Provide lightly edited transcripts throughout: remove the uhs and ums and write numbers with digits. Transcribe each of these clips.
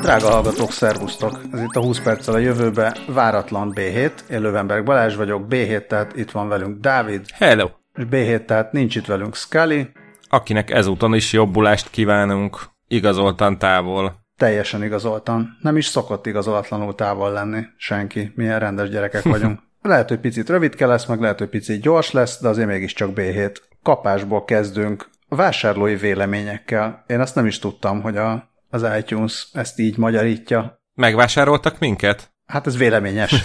Drága hallgatók, szervusztok! Ez itt a 20 perccel a jövőbe váratlan B7. Én Löwenberg Balázs vagyok, B7, tehát itt van velünk Dávid. Hello! És B7, tehát nincs itt velünk Scully. Akinek ezúton is jobbulást kívánunk, igazoltan távol. Teljesen igazoltan. Nem is szokott igazolatlanul távol lenni senki. Milyen rendes gyerekek vagyunk. Lehet, hogy picit rövidke lesz, meg lehet, hogy picit gyors lesz, de azért mégiscsak B7. Kapásból kezdünk vásárlói véleményekkel. Én azt nem is tudtam, hogy az iTunes ezt így magyarítja. Megvásároltak minket? Hát ez véleményes.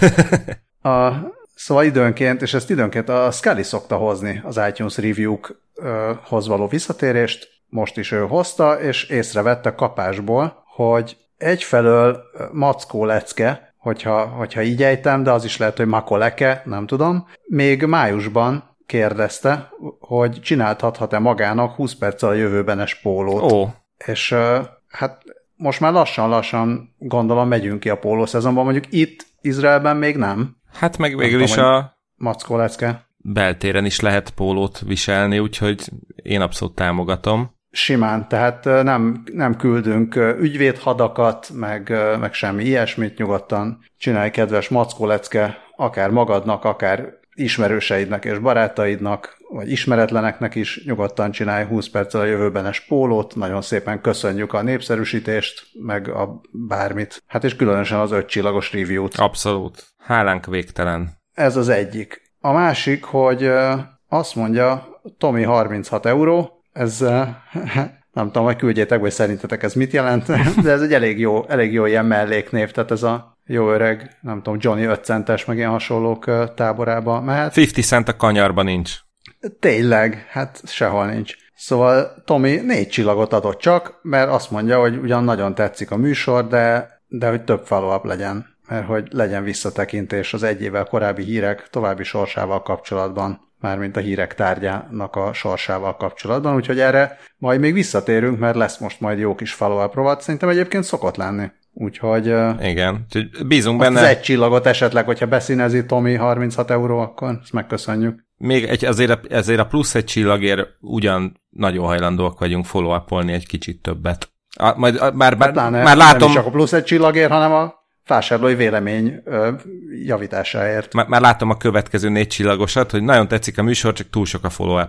Szóval időnként, és ezt időnként a Scully szokta hozni az iTunes review-hoz való visszatérést, most is ő hozta, és észrevette kapásból, hogy egyfelől mackó lecke, hogyha így ejtem, de az is lehet, hogy makoleke, nem tudom, még májusban kérdezte, hogy csináltathat-e magának 20 perccel a jövőbenes pólót. Ó. És hát most már lassan gondolom megyünk ki a pólószezonban, mondjuk itt Izraelben még nem. Hát meg végül is a mackó lecke. Beltéren is lehet pólót viselni, úgyhogy én abszolút támogatom. Simán, tehát nem küldünk ügyvédhadakat, meg semmi ilyesmit, nyugodtan csinálj, kedves mackó lecke, akár magadnak, akár ismerőseidnek és barátaidnak, vagy ismeretleneknek is nyugodtan csinálj 20 perccel a jövőbenes pólót, nagyon szépen köszönjük a népszerűsítést, meg a bármit. Hát és különösen az 5 csillagos review-t. Abszolút. Hálánk végtelen. Ez az egyik. A másik, hogy azt mondja, Tomi 36 €, ez nem tudom, hogy küldjétek, vagy szerintetek ez mit jelent, de ez egy elég jó ilyen melléknév, tehát ez a jó öreg, nem tudom, Johnny 5 centes, meg ilyen hasonlók táborába mehet. 50 cent a kanyarban nincs. Tényleg, hát sehol nincs. Szóval Tomi 4 csillagot adott csak, mert azt mondja, hogy ugyan nagyon tetszik a műsor, de hogy több follow-up legyen, mert hogy legyen visszatekintés az egy évvel korábbi hírek további sorsával kapcsolatban, mármint a hírek tárgyának a sorsával kapcsolatban, úgyhogy erre majd még visszatérünk, mert lesz most majd jó kis follow-up rovat, szerintem egyébként szokott lenni. Úgyhogy igen, bízunk benne. Az 1 csillagot esetleg, hogyha beszínezi Tomi 36 € akkor ezt megköszönjük. Még azért a plusz 1 csillagért ugyan nagyon hajlandóak vagyunk follow-upolni egy kicsit többet. Már látom. Nem is csak a plusz 1 csillagért, hanem a vásárlói vélemény javításáért. Már látom a következő 4 csillagosat, hogy nagyon tetszik a műsor, csak túl sok a follow-up.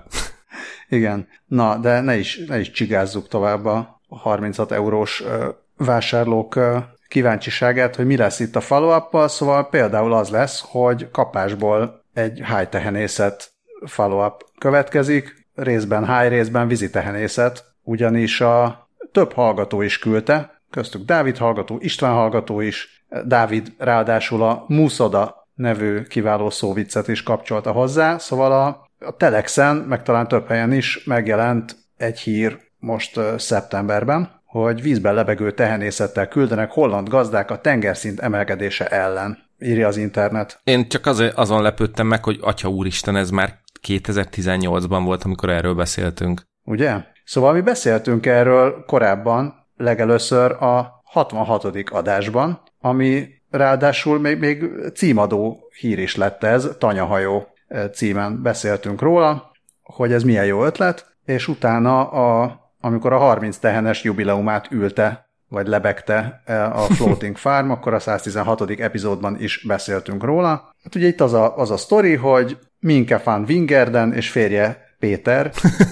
Igen. Na, de ne is csigázzuk tovább a 36 eurós vásárlók kíváncsiságát, hogy mi lesz itt a follow-uppal, szóval például az lesz, hogy kapásból egy hájtehenészet follow-up következik, részben high, részben vízitehenészet, ugyanis a több hallgató is küldte, köztük Dávid hallgató, István hallgató is, Dávid ráadásul a Muszoda nevű kiváló szóviccet is kapcsolta hozzá, szóval a Telexen, meg talán több helyen is megjelent egy hír most szeptemberben, hogy vízben lebegő tehenészettel küldenek holland gazdák a tengerszint emelkedése ellen, írja az internet. Én csak azon lepődtem meg, hogy atya úristen, ez már 2018-ban volt, amikor erről beszéltünk. Ugye? Szóval mi beszéltünk erről korábban, legelőször a 66. adásban, ami ráadásul még címadó hír is lett ez, Tanyahajó címen beszéltünk róla, hogy ez milyen jó ötlet, és utána amikor a 30 tehenes jubileumát ülte, vagy lebegte a Floating Farm, akkor a 116. epizódban is beszéltünk róla. Hát ugye itt az a sztori, hogy Minke van Wingerden és férje Péter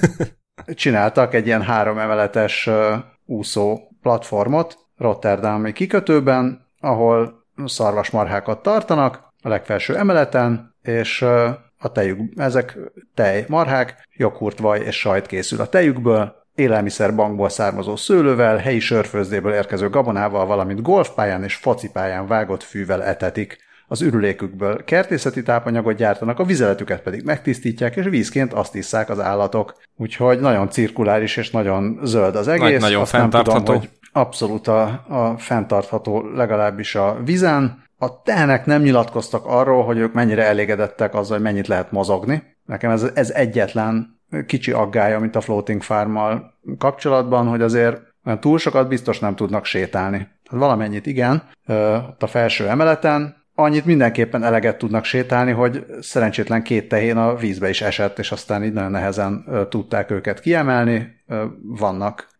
csináltak egy ilyen 3 emeletes úszó platformot Rotterdami kikötőben, ahol szarvasmarhákat tartanak a legfelső emeleten, és a ezek tejmarhák, joghurt, vaj és sajt készül a tejükből, élelmiszerbankból származó szőlővel, helyi sörfőzdéből érkező gabonával, valamint golfpályán és focipályán vágott fűvel etetik. Az ürülékükből kertészeti tápanyagot gyártanak, a vizeletüket pedig megtisztítják, és vízként azt isszák az állatok. Úgyhogy nagyon cirkuláris és nagyon zöld az egész. Nagyon fenntartható. Nem tudom, hogy abszolút a fenntartható legalábbis a vízen. A tehenek nem nyilatkoztak arról, hogy ők mennyire elégedettek azzal, hogy mennyit lehet mozogni. Nekem ez egyetlen kicsi aggály, mint a Floating Farmmal kapcsolatban, hogy azért olyan túl sokat biztos nem tudnak sétálni. Tehát valamennyit igen, ott a felső emeleten, annyit mindenképpen eleget tudnak sétálni, hogy szerencsétlen 2 tehén a vízbe is esett, és aztán így nagyon nehezen tudták őket kiemelni. Vannak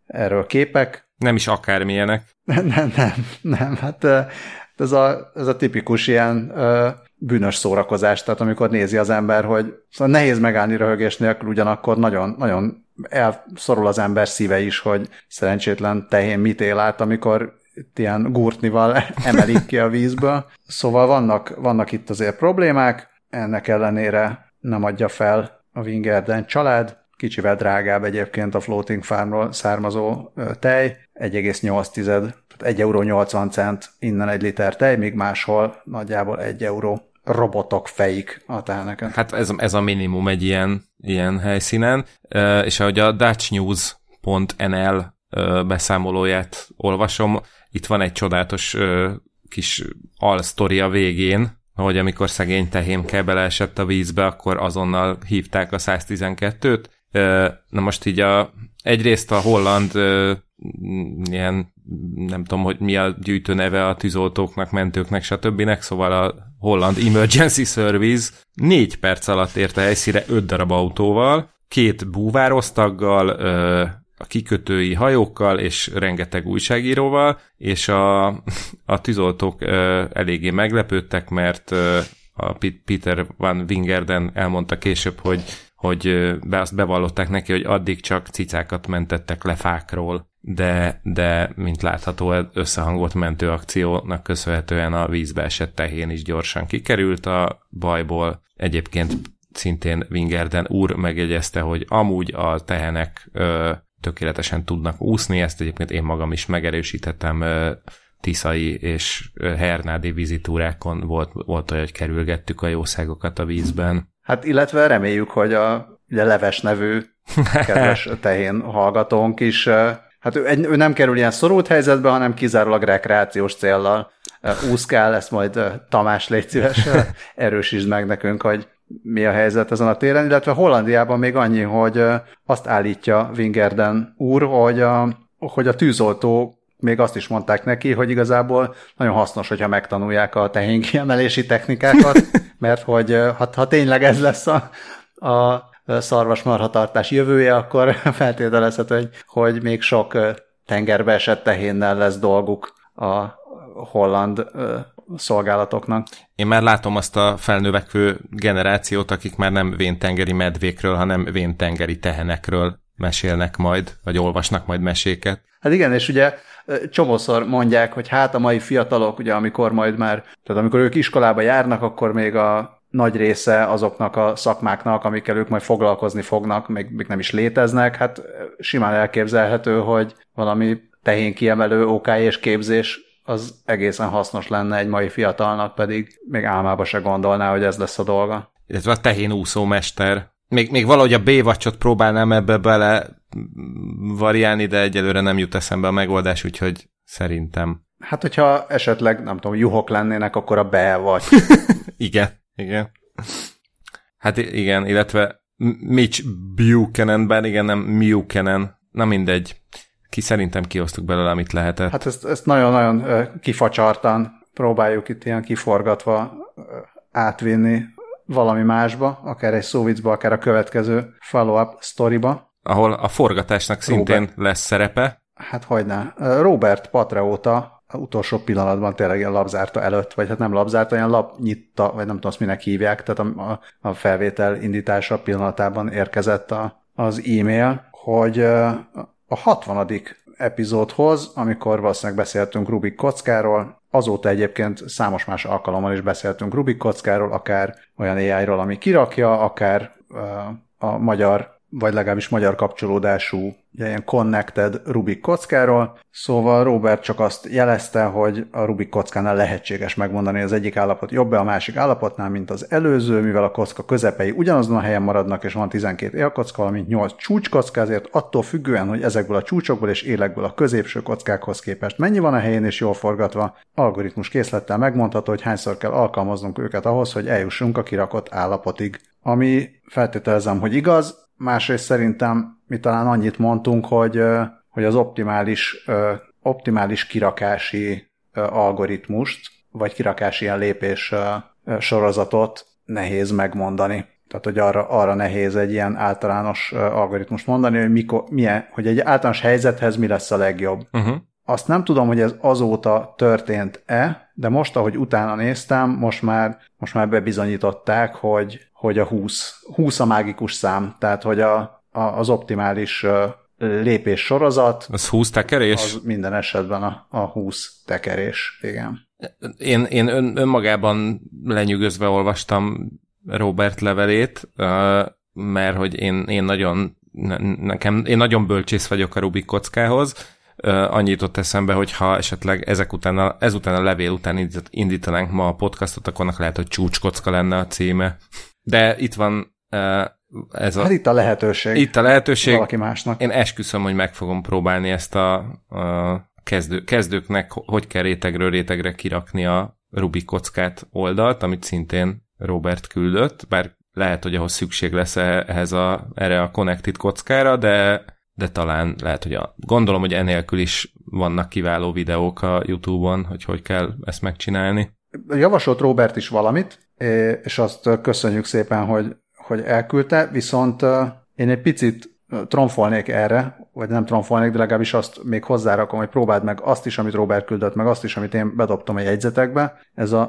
erről képek. Nem is akármilyenek. Nem, hát ez a tipikus ilyen bűnös szórakozás, tehát amikor nézi az ember, hogy szóval nehéz megállni röhögés nélkül, ugyanakkor nagyon, nagyon elszorul az ember szíve is, hogy szerencsétlen tehén mit él át, amikor ilyen gurtnival emelik ki a vízből. Szóval vannak itt azért problémák, ennek ellenére nem adja fel a Wingerden család, kicsivel drágább egyébként a Floating Farmról származó tej, 1,8, tehát 1,80 € innen egy liter tej, míg máshol nagyjából 1 euró. Robotok fejik a teheneken. Hát ez a minimum egy ilyen helyszínen, és ahogy a dutchnews.nl beszámolóját olvasom, itt van egy csodálatos kis alsztori a végén, hogy amikor szegény tehénke beleesett a vízbe, akkor azonnal hívták a 112-t. Na most így egyrészt a holland ilyen, nem tudom, hogy mi a gyűjtő neve a tűzoltóknak, mentőknek, stb. Szóval a Holland Emergency Service 4 perc alatt ért a helyszínre 5 darab autóval, 2 búvárosztaggal, a kikötői hajókkal és rengeteg újságíróval, és a tűzoltók eléggé meglepődtek, mert a Peter van Wingerden elmondta később, hogy azt bevallották neki, hogy addig csak cicákat mentettek le fákról, de mint látható, összehangolt mentőakciónak köszönhetően a vízbe esett tehén is gyorsan kikerült a bajból. Egyébként szintén Wingerden úr megjegyezte, hogy amúgy a tehenek tökéletesen tudnak úszni, ezt egyébként én magam is megerősítettem, tiszai és hernádi vízitúrákon volt olyan, hogy kerülgettük a jószágokat a vízben. Hát illetve reméljük, hogy a Leves nevű kedves tehén hallgatónk is, hát ő nem kerül ilyen szorult helyzetbe, hanem kizárólag rekreációs céllal úszkál, ezt majd Tamás, légy szíves, erősítsd meg nekünk, hogy mi a helyzet ezen a téren, illetve Hollandiában még annyi, hogy azt állítja Wingerden úr, hogy a tűzoltó még azt is mondták neki, hogy igazából nagyon hasznos, hogyha megtanulják a tehénkiemelési technikákat, mert hogy ha tényleg ez lesz a szarvasmarhatartás jövője, akkor feltételezhető, hogy még sok tengerbe esett tehénnel lesz dolguk a holland szolgálatoknak. Én már látom azt a felnövekvő generációt, akik már nem véntengeri medvékről, hanem véntengeri tehenekről mesélnek majd, vagy olvasnak majd meséket. Hát igen, és ugye csomószor mondják, hogy hát a mai fiatalok, ugye amikor ők iskolába járnak, akkor még a nagy része azoknak a szakmáknak, amikkel ők majd foglalkozni fognak, még nem is léteznek, hát simán elképzelhető, hogy valami tehénkiemelő OK és képzés az egészen hasznos lenne egy mai fiatalnak, pedig még álmába se gondolná, hogy ez lesz a dolga. Illetve a tehén úszómester. Még valahogy a B-vacsot próbálnám ebbe bele variálni, de egyelőre nem jut eszembe a megoldás, úgyhogy szerintem. Hát, hogyha esetleg, nem tudom, juhok lennének, akkor a B-vacs. Igen. Hát igen, illetve Mitch Buchanan, igen, nem Buchanan, na mindegy. Szerintem kihoztuk belőle, amit lehetett. Hát ezt nagyon-nagyon kifacsartan próbáljuk itt ilyen kiforgatva átvinni valami másba, akár egy szóvicba, akár a következő follow-up sztoriba. Ahol a forgatásnak szintén lesz szerepe. Hát hogyne. Robert Patreóta utolsó pillanatban tényleg ilyen lapzárta előtt, vagy hát nem lapzárta, ilyen lapnyitta, vagy nem tudom, azt minek hívják, tehát a felvétel indítása pillanatában érkezett az e-mail, hogy a 60. epizódhoz, amikor valószínűleg beszéltünk Rubik kockáról, azóta egyébként számos más alkalommal is beszéltünk Rubik kockáról, akár olyan AI-ról, ami kirakja, akár a magyar, vagy legalábbis magyar kapcsolódású, ilyen connected Rubik kockáról. Szóval Robert csak azt jelezte, hogy a Rubik kockánál lehetséges megmondani, az egyik állapot jobb-e a másik állapotnál, mint az előző, mivel a kocka közepei ugyanazon a helyen maradnak, és van 12 élkocka, valamint 8 csúcskocka, ezért attól függően, hogy ezekből a csúcsokból és élekből a középső kockákhoz képest mennyi van a helyén és jól forgatva, algoritmus készlettel megmondható, hogy hányszor kell alkalmaznunk őket ahhoz, hogy eljussunk a kirakott állapotig. Ami feltételezem, hogy igaz, másrészt szerintem mi talán annyit mondtunk, hogy az optimális kirakási algoritmust, vagy kirakási ilyen lépés sorozatot nehéz megmondani. Tehát, hogy arra nehéz egy ilyen általános algoritmust mondani, hogy hogy egy általános helyzethez mi lesz a legjobb. Azt nem tudom, hogy ez azóta történt-e, de most, ahogy utána néztem, most már bebizonyították, hogy a 20 a mágikus szám, tehát hogy az optimális lépés sorozat. Az 20 tekerés? Az minden esetben a 20 tekerés, igen. Én önmagában lenyűgözve olvastam Robert levelét, mert hogy én nagyon bölcsész vagyok a Rubik kockához. Annyit jutott eszembe, hogy ha esetleg ezután a levél után indítanánk ma a podcastot, akkor annak lehet, hogy csúcskocka lenne a címe. De itt van ez a... Hát itt a lehetőség. Itt a lehetőség. Valaki másnak. Én esküszöm, hogy meg fogom próbálni ezt a kezdőknek, hogy kell rétegről rétegre kirakni a Rubik kockát oldalt, amit szintén Robert küldött, bár lehet, hogy ahhoz szükség lesz erre a connected kockára, de talán lehet, hogy gondolom, hogy enélkül is vannak kiváló videók a YouTube-on, hogy kell ezt megcsinálni. Javasolt Robert is valamit, és azt köszönjük szépen, hogy elküldte, viszont én egy picit tromfolnék erre, vagy nem tromfolnék, de legalábbis azt még hozzárakom, hogy próbáld meg azt is, amit Robert küldött, meg azt is, amit én bedobtam a jegyzetekbe. Ez a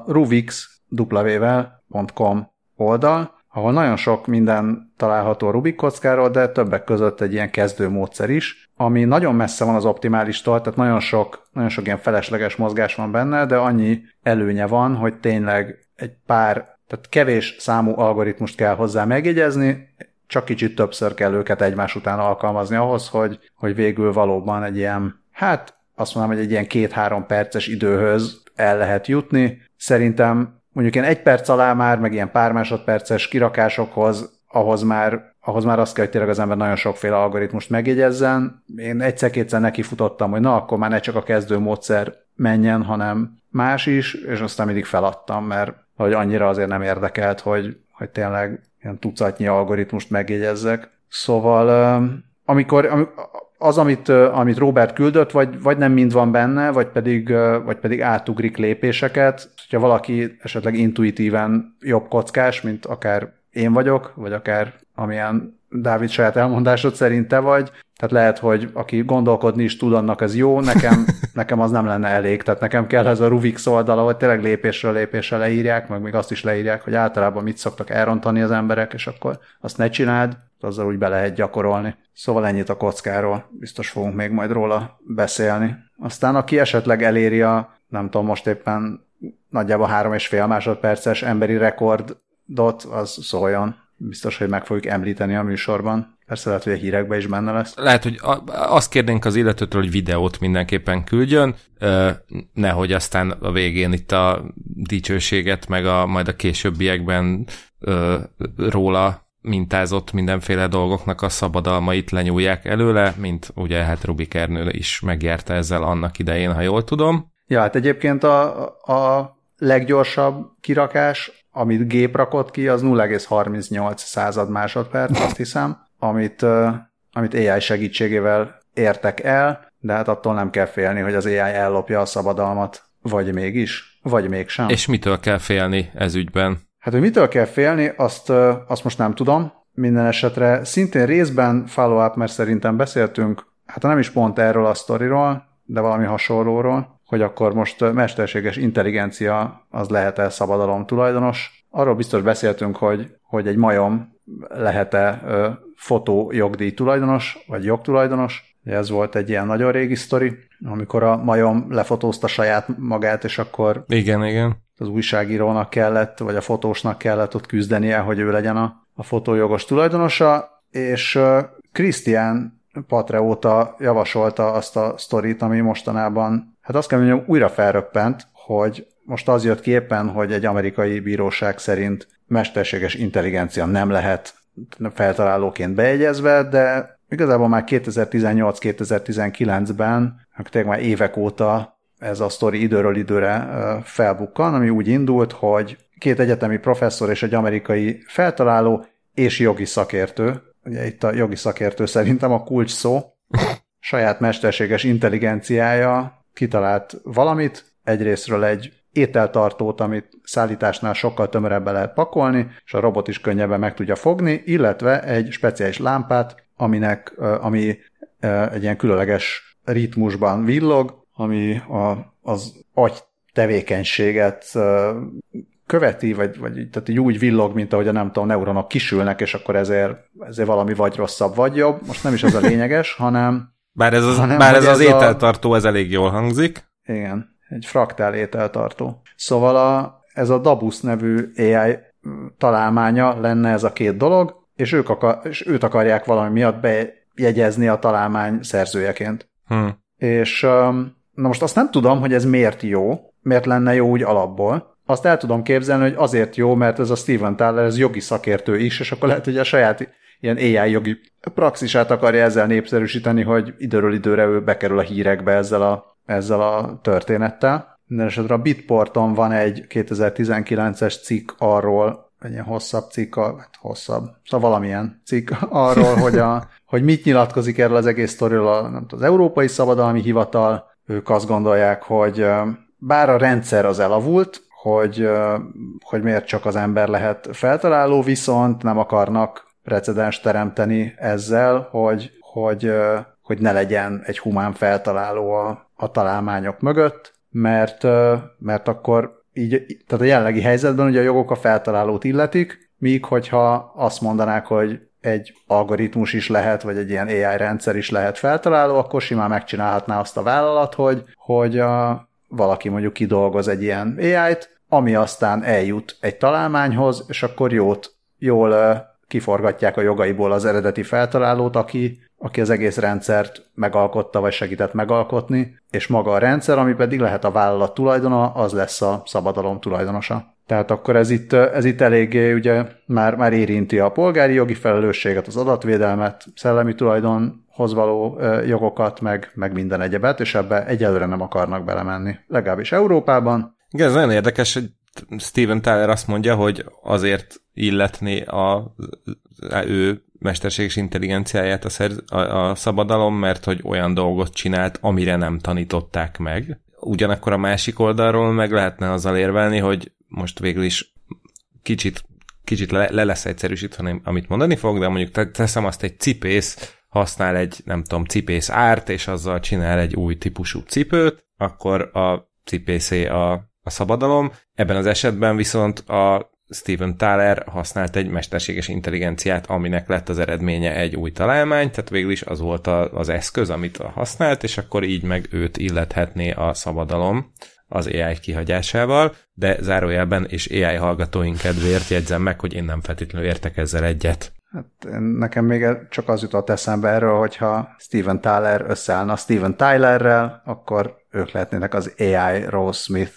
rubix.com oldal, ahol nagyon sok minden található a Rubik kockáról, de többek között egy ilyen kezdő módszer is, ami nagyon messze van az optimálistól, tehát nagyon sok ilyen felesleges mozgás van benne, de annyi előnye van, hogy tényleg tehát kevés számú algoritmust kell hozzá megjegyezni, csak kicsit többször kell őket egymás után alkalmazni ahhoz, hogy végül valóban egy ilyen, azt mondom, hogy egy ilyen 2-3 perces időhöz el lehet jutni. Szerintem mondjuk ilyen 1 perc alá már, meg ilyen pár másodperces kirakásokhoz, ahhoz már azt kell, hogy tényleg az ember nagyon sokféle algoritmust megjegyezzen. Én egyszer-kétszer nekifutottam, hogy akkor már ne csak a kezdő módszer menjen, hanem más is, és aztán mindig feladtam, mert hogy annyira azért nem érdekelt, hogy tényleg ilyen tucatnyi algoritmust megjegyezzek. Szóval amit Robert küldött, vagy nem mind van benne, vagy pedig átugrik lépéseket. Ha valaki esetleg intuitíven jobb kockás, mint akár én vagyok, vagy akár amilyen Dávid saját elmondásod szerint te vagy, tehát lehet, hogy aki gondolkodni is tud, annak ez jó, nekem az nem lenne elég, tehát nekem kell ez a Rubik oldal, ahol tényleg lépésről lépésre leírják, meg még azt is leírják, hogy általában mit szoktak elrontani az emberek, és akkor azt ne csináld, azzal úgy be lehet gyakorolni. Szóval ennyit a kockáról, biztos fogunk még majd róla beszélni. Aztán aki esetleg eléri nem tudom, most éppen nagyjából 3,5 másodperces emberi rekordot, az szóljon. Biztos, hogy meg fogjuk említeni a műsorban. Persze lehet, hogy a hírekben is benne lesz. Lehet, hogy azt kérnénk az illetőtől, hogy videót mindenképpen küldjön, nehogy aztán a végén itt a dicsőséget, meg majd a későbbiekben róla mintázott mindenféle dolgoknak a szabadalmait lenyúlják előle, mint ugye hát Rubik Ernő is megjárta ezzel annak idején, ha jól tudom. Ja, hát egyébként a leggyorsabb kirakás, amit gép rakott ki, az 0,38 másodperc, azt hiszem, amit AI segítségével értek el, de hát attól nem kell félni, hogy az AI ellopja a szabadalmat, vagy mégis, vagy mégsem. És mitől kell félni ez ügyben? Hát, hogy mitől kell félni, azt most nem tudom. Minden esetre szintén részben follow-up, mert szerintem beszéltünk, hát nem is pont erről a sztoriról, de valami hasonlóról, hogy akkor most mesterséges intelligencia az lehet-e szabadalom tulajdonos. Arról biztos beszéltünk, hogy egy majom lehet-e fotójogdíj tulajdonos, vagy jogtulajdonos. Ez volt egy ilyen nagyon régi sztori, amikor a majom lefotózta saját magát, és akkor igen. Az újságírónak kellett, vagy a fotósnak kellett ott küzdenie, hogy ő legyen a fotójogos tulajdonosa, és Christian Patreóta javasolta azt a sztorit, ami mostanában, hát azt kell mondjam, újra felröppent, hogy most az jött ki éppen, hogy egy amerikai bíróság szerint mesterséges intelligencia nem lehet feltalálóként bejegyezve, de igazából már 2018-2019-ben, tényleg már évek óta ez a sztori időről időre felbukkan, ami úgy indult, hogy 2 egyetemi professzor és egy amerikai feltaláló és jogi szakértő, ugye itt a jogi szakértő szerintem a kulcs szó, saját mesterséges intelligenciája kitalált valamit, egyrésztről egy ételtartót, amit szállításnál sokkal tömörebben lehet pakolni, és a robot is könnyebben meg tudja fogni, illetve egy speciális lámpát, ami egy ilyen különleges ritmusban villog, ami az agy tevékenységet követi, vagy tehát így úgy villog, mint ahogy a neuronok kisülnek, és akkor ezért valami vagy rosszabb, vagy jobb. Most nem is az a lényeges, hanem... Bár ez az ételtartó, ez elég jól hangzik. Igen, egy fraktál ételtartó. Szóval ez a Dabus nevű AI találmánya lenne ez a két dolog, és őt akarják valami miatt bejegyezni a találmány szerzőjeként. És na most azt nem tudom, hogy ez miért jó, miért lenne jó úgy alapból. Azt el tudom képzelni, hogy azért jó, mert ez a Steven Tyler, ez jogi szakértő is, és akkor lehet, hogy a saját ilyen AI jogi praxisát akarja ezzel népszerűsíteni, hogy időről időre ő bekerül a hírekbe ezzel a történettel. Mindenesetre a Bitporton van egy 2019-es cikk arról, egy ilyen hosszabb cikk, szóval valamilyen cikk arról, hogy mit nyilatkozik erről az egész sztoriról az Európai Szabadalmi Hivatal. Ők azt gondolják, hogy bár a rendszer az elavult, hogy miért csak az ember lehet feltaláló, viszont nem akarnak precedens teremteni ezzel, hogy ne legyen egy humán feltaláló a találmányok mögött, mert akkor így, tehát a jelenlegi helyzetben ugye a jogok a feltalálót illetik, míg hogyha azt mondanák, hogy egy algoritmus is lehet, vagy egy ilyen AI rendszer is lehet feltaláló, akkor simán megcsinálhatná azt a vállalat, hogy valaki mondjuk kidolgoz egy ilyen AI-t, ami aztán eljut egy találmányhoz, és akkor jól kiforgatják a jogaiból az eredeti feltalálót, aki az egész rendszert megalkotta, vagy segített megalkotni, és maga a rendszer, ami pedig lehet a vállalat tulajdona, az lesz a szabadalom tulajdonosa. Tehát akkor ez itt eléggé ugye már érinti a polgári jogi felelősséget, az adatvédelmet, szellemi tulajdonhoz való jogokat, meg minden egyebet, és ebbe egyelőre nem akarnak belemenni. Legalábbis Európában. Igen, ez nagyon érdekes, hogy Steven Tyler azt mondja, hogy azért illetné ő mesterséges intelligenciáját a szabadalom, mert hogy olyan dolgot csinált, amire nem tanították meg. Ugyanakkor a másik oldalról meg lehetne azzal érvelni, hogy most végül is kicsit le lesz egyszerűsítve, amit mondani fog, de mondjuk teszem azt, egy cipész használ egy, nem tudom, cipész árt, és azzal csinál egy új típusú cipőt, akkor a cipészé a szabadalom. Ebben az esetben viszont a Steven Tyler használt egy mesterséges intelligenciát, aminek lett az eredménye egy új találmány, tehát végül is az volt az eszköz, amit használt, és akkor így meg őt illethetné a szabadalom az AI kihagyásával, de zárójelben és AI hallgatóink kedvéért jegyzem meg, hogy én nem feltétlenül értek ezzel egyet. Hát nekem még csak az jutott eszembe erről, hogyha Steven Tyler összeállna Steven Tylerrel, akkor ők lehetnének az AI Rose Smith.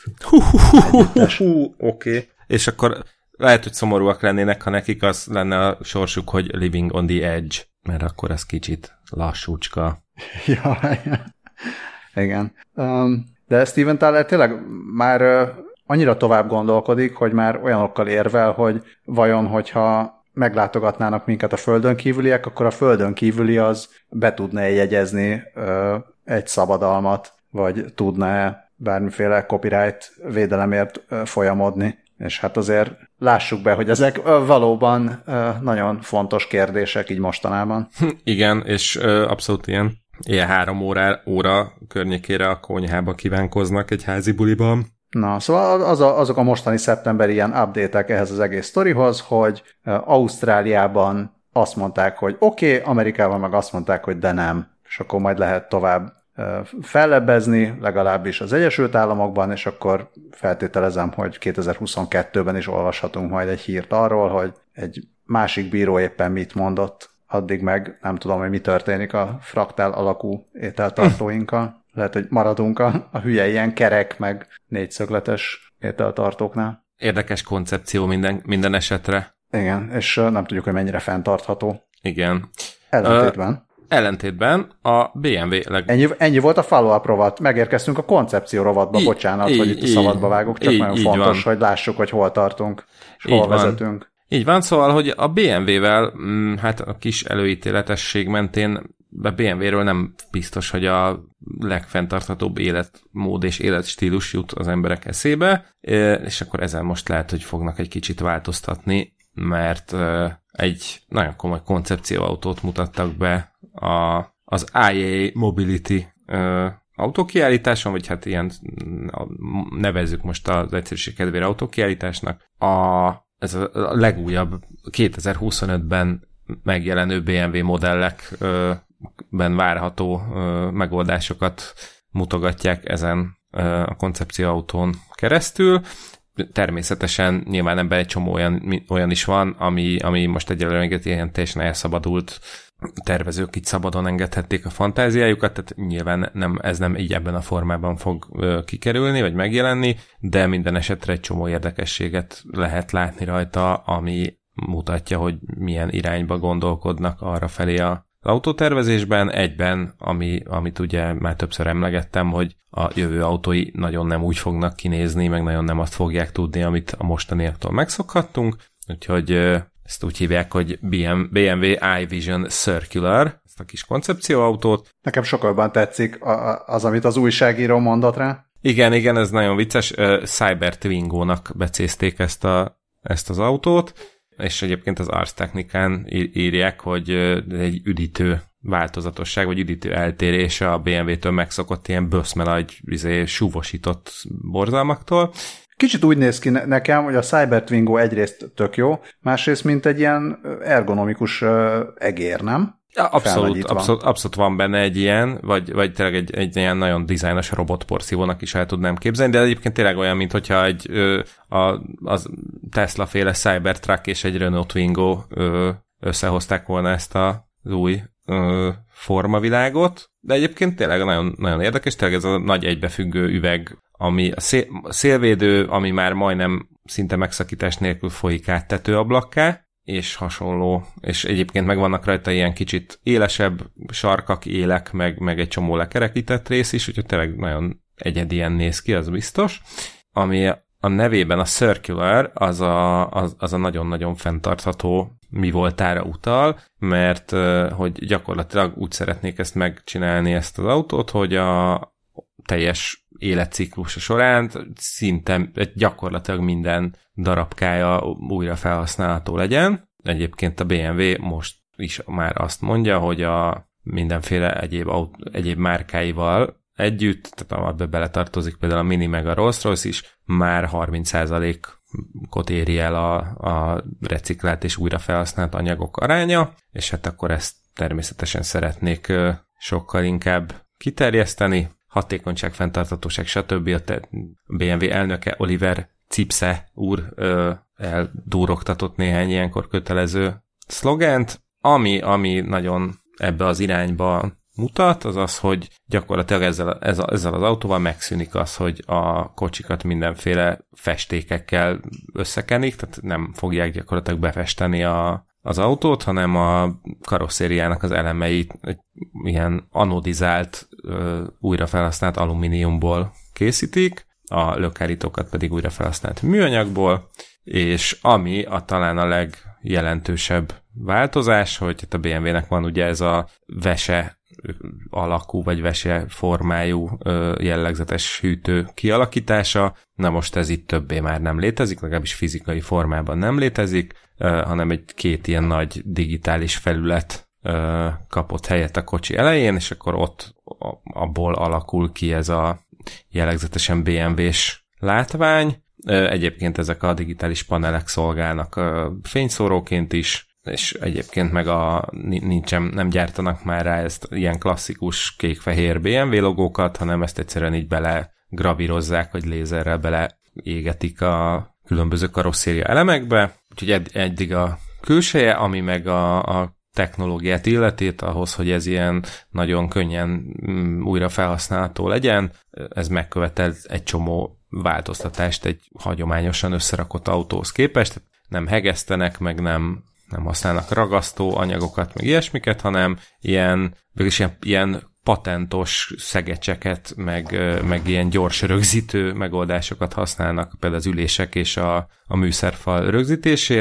Oké. És akkor lehet, hogy szomorúak lennének, ha nekik az lenne a sorsuk, hogy Living on the Edge, mert akkor az kicsit lassúcska. Ja, igen. De Steven Tyler tényleg már annyira tovább gondolkodik, hogy már olyanokkal érvel, hogy vajon, hogyha meglátogatnának minket a földön kívüliek, akkor a földön kívüli az be tudna jegyezni egy szabadalmat, vagy tudna bármiféle copyright védelemért folyamodni. És hát azért lássuk be, hogy ezek valóban nagyon fontos kérdések így mostanában. Igen, és abszolút ilyen 3 óra környékére a konyhába kívánkoznak egy házi buliban. Na, szóval azok a mostani szeptemberi ilyen update-ek ehhez az egész sztorihoz, hogy Ausztráliában azt mondták, hogy oké, Amerikában meg azt mondták, hogy de nem. És akkor majd lehet tovább fellebbezni, legalábbis az Egyesült Államokban, és akkor feltételezem, hogy 2022-ben is olvashatunk majd egy hírt arról, hogy egy másik bíró éppen mit mondott, addig meg nem tudom, hogy mi történik a fraktál alakú ételtartóinkkal. Lehet, hogy maradunk a hülye ilyen kerek, meg 4-szögletes ételtartóknál. Érdekes koncepció minden esetre. Igen, és nem tudjuk, hogy mennyire fenntartható. Igen. Ellentétben a BMW... Ennyi volt a follow-up rovat. Megérkeztünk a koncepció rovatba, bocsánat, hogy itt a szabadba vágok, csak nagyon fontos, hogy lássuk, hogy hol tartunk, és hol vezetünk. Így van, szóval, hogy a BMW-vel hát a kis előítéletesség mentén a BMW-ről nem biztos, hogy a legfenntarthatóbb életmód és életstílus jut az emberek eszébe, és akkor ezen most lehet, hogy fognak egy kicsit változtatni, mert egy nagyon komoly koncepcióautót mutattak be az IA Mobility autókiállításon, vagy hát ilyen nevezzük most az egyszerűség kedvére autókiállításnak. Ez a legújabb 2025-ben megjelenő BMW modellekben várható megoldásokat mutogatják ezen a koncepcióautón keresztül. Természetesen nyilván ebben egy csomó olyan is van, ami most egyelőre ilyen teljesen elszabadult tervezők itt szabadon engedhették a fantáziájukat, tehát nyilván ez nem így ebben a formában fog kikerülni, vagy megjelenni, de minden esetre egy csomó érdekességet lehet látni rajta, ami mutatja, hogy milyen irányba gondolkodnak arra felé az autótervezésben, egyben, amit ugye már többször emlegettem, hogy a jövő autói nagyon nem úgy fognak kinézni, meg nagyon nem azt fogják tudni, amit a mostaniaktól megszokhattunk, úgyhogy ezt úgy hívják, hogy BMW iVision Circular, ezt a kis koncepcióautót. Nekem sokkal tetszik az, amit az újságíró mondott rá. Igen, ez nagyon vicces. Cyber Twingo-nak becézték ezt az autót, és egyébként az Ars Technicán írják, hogy egy üdítő változatosság, vagy üdítő eltérése a BMW-től megszokott ilyen böszmelagy, súvosított borzalmaktól. Kicsit úgy néz ki nekem, hogy a Cyber Twingo egyrészt tök jó, másrészt mint egy ilyen ergonomikus egér, nem? Ja, abszolút van benne egy ilyen, vagy tényleg egy ilyen nagyon dizájnos robotporszívónak is el tudnám képzelni, de egyébként tényleg olyan, mint hogyha az Tesla-féle Cybertruck és egy Renault Twingo összehozták volna ezt az új formavilágot, de egyébként tényleg nagyon, nagyon érdekes, tényleg ez a nagy egybefüggő üveg, ami a szélvédő, ami már majdnem szinte megszakítás nélkül folyik át tetőablakká, és hasonló, és egyébként megvannak rajta ilyen kicsit élesebb sarkak, élek, meg egy csomó lekerekített rész is, úgyhogy tényleg nagyon egyedien néz ki, az biztos. Ami a nevében a Circular, az a nagyon-nagyon fenntartható mi voltára utal, mert hogy gyakorlatilag úgy szeretnék ezt megcsinálni, ezt az autót, hogy a teljes életciklusa során szinte gyakorlatilag minden darabkája újra felhasználható legyen. Egyébként a BMW most is már azt mondja, hogy a mindenféle egyéb márkáival együtt, tehát abba beletartozik például a Mini meg a Rolls-Royce is, már 30%-ot éri el a reciklált és újra felhasznált anyagok aránya, és hát akkor ezt természetesen szeretnék sokkal inkább kiterjeszteni. Hatékonyság, fenntarthatóság, stb. A BMW elnöke Oliver Zipse úr eldúrogtatott néhány ilyenkor kötelező szlogent, ami nagyon ebbe az irányba mutat, az az, hogy gyakorlatilag ezzel az autóval megszűnik az, hogy a kocsikat mindenféle festékekkel összekenik, tehát nem fogják gyakorlatilag befesteni az autót, hanem a karosszériának az elemeit ilyen anodizált, újra felhasznált alumíniumból készítik, a lökhárítókat pedig újra felhasznált műanyagból, és ami talán a legjelentősebb változás, hogy itt a BMW-nek van ugye ez a vese alakú, vagy vese formájú jellegzetes hűtő kialakítása. Na most ez itt többé már nem létezik, legalábbis fizikai formában nem létezik, hanem két ilyen nagy digitális felület kapott helyet a kocsi elején, és akkor ott abból alakul ki ez a jellegzetesen BMW-s látvány. Egyébként ezek a digitális panelek szolgálnak fényszóróként is, és egyébként meg nem gyártanak már rá ezt ilyen klasszikus kék-fehér BMW logókat, hanem ezt egyszerűen így bele gravírozzák, vagy lézerrel bele égetik a különböző karosszéria elemekbe. Úgyhogy eddig a külseje, ami meg a technológiát illetét ahhoz, hogy ez ilyen nagyon könnyen újra felhasználható legyen, ez megkövetel egy csomó változtatást egy hagyományosan összerakott autóhoz képest. Nem hegesztenek, meg nem használnak ragasztó anyagokat, meg ilyesmiket, hanem ilyen patentos szegecseket, meg ilyen gyors rögzítő megoldásokat használnak, például az ülések és a műszerfal rögzítésére,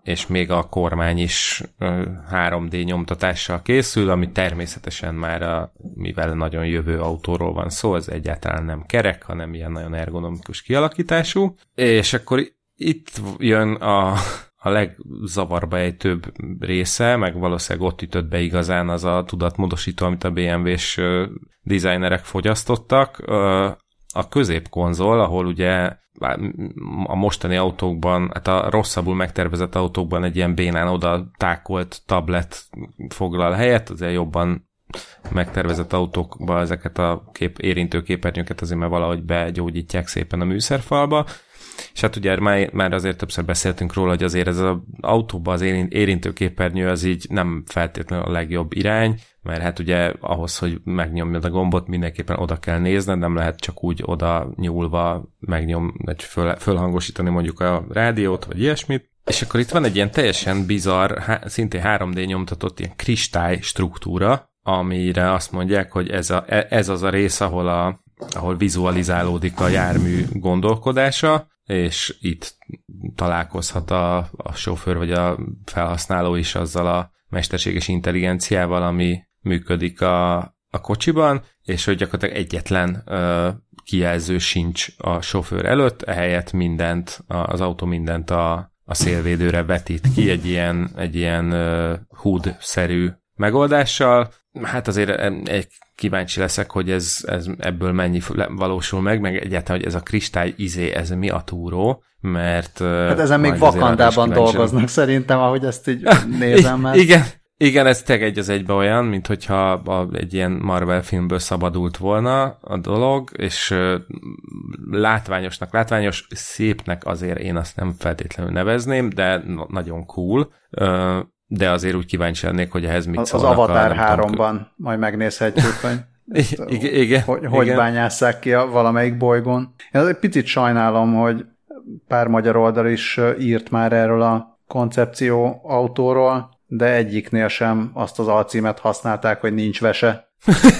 és még a kormány is 3D nyomtatással készül, ami természetesen már mivel nagyon jövő autóról van szó, ez egyáltalán nem kerek, hanem ilyen nagyon ergonomikus kialakítású, és akkor itt jön a legzavarba ejtőbb része, meg valószínűleg ott ütött be igazán az a tudatmódosító, amit a BMW-s designerek fogyasztottak. A középkonzol, ahol ugye a mostani autókban, hát a rosszabbul megtervezett autókban egy ilyen bénán oda tákolt tablet foglal helyet, azért jobban megtervezett autókban ezeket a érintő képernyőket azért már valahogy begyógyítják szépen a műszerfalba. És hát ugye már azért többször beszéltünk róla, hogy azért ez az autóban az érintő képernyő az így nem feltétlenül a legjobb irány, mert hát ugye ahhoz, hogy megnyomjad a gombot, mindenképpen oda kell nézned, nem lehet csak úgy oda nyúlva fölhangosítani mondjuk a rádiót, vagy ilyesmit. És akkor itt van egy ilyen teljesen bizarr, szintén 3D nyomtatott ilyen kristály struktúra, amire azt mondják, hogy ez az a rész, ahol vizualizálódik a jármű gondolkodása, és itt találkozhat a sofőr vagy a felhasználó is azzal a mesterséges intelligenciával, ami működik a kocsiban, és hogy gyakorlatilag egyetlen kijelző sincs a sofőr előtt, ehelyett az autó mindent a szélvédőre vetít ki egy ilyen HUD-szerű megoldással. Hát azért kíváncsi leszek, hogy ez ebből mennyi valósul meg egyáltalán, hogy ez a kristály ez mi a túró, mert... Hát ezen még Wakandában dolgoznak szerintem, ahogy ezt így nézem már. Igen, ez egy az egybe olyan, mint hogyha egy ilyen Marvel filmből szabadult volna a dolog, és látványos, szépnek azért én azt nem feltétlenül nevezném, de nagyon cool. De azért úgy kíváncsi lennék, hogy ehhez mit szólnak. Az Avatar 3-ban majd megnézhetjük, hogy bányásszák ki a valamelyik bolygón. Én egy picit sajnálom, hogy pár magyar oldal is írt már erről a koncepció autóról, de egyiknél sem azt az alcímet használták, hogy nincs vese.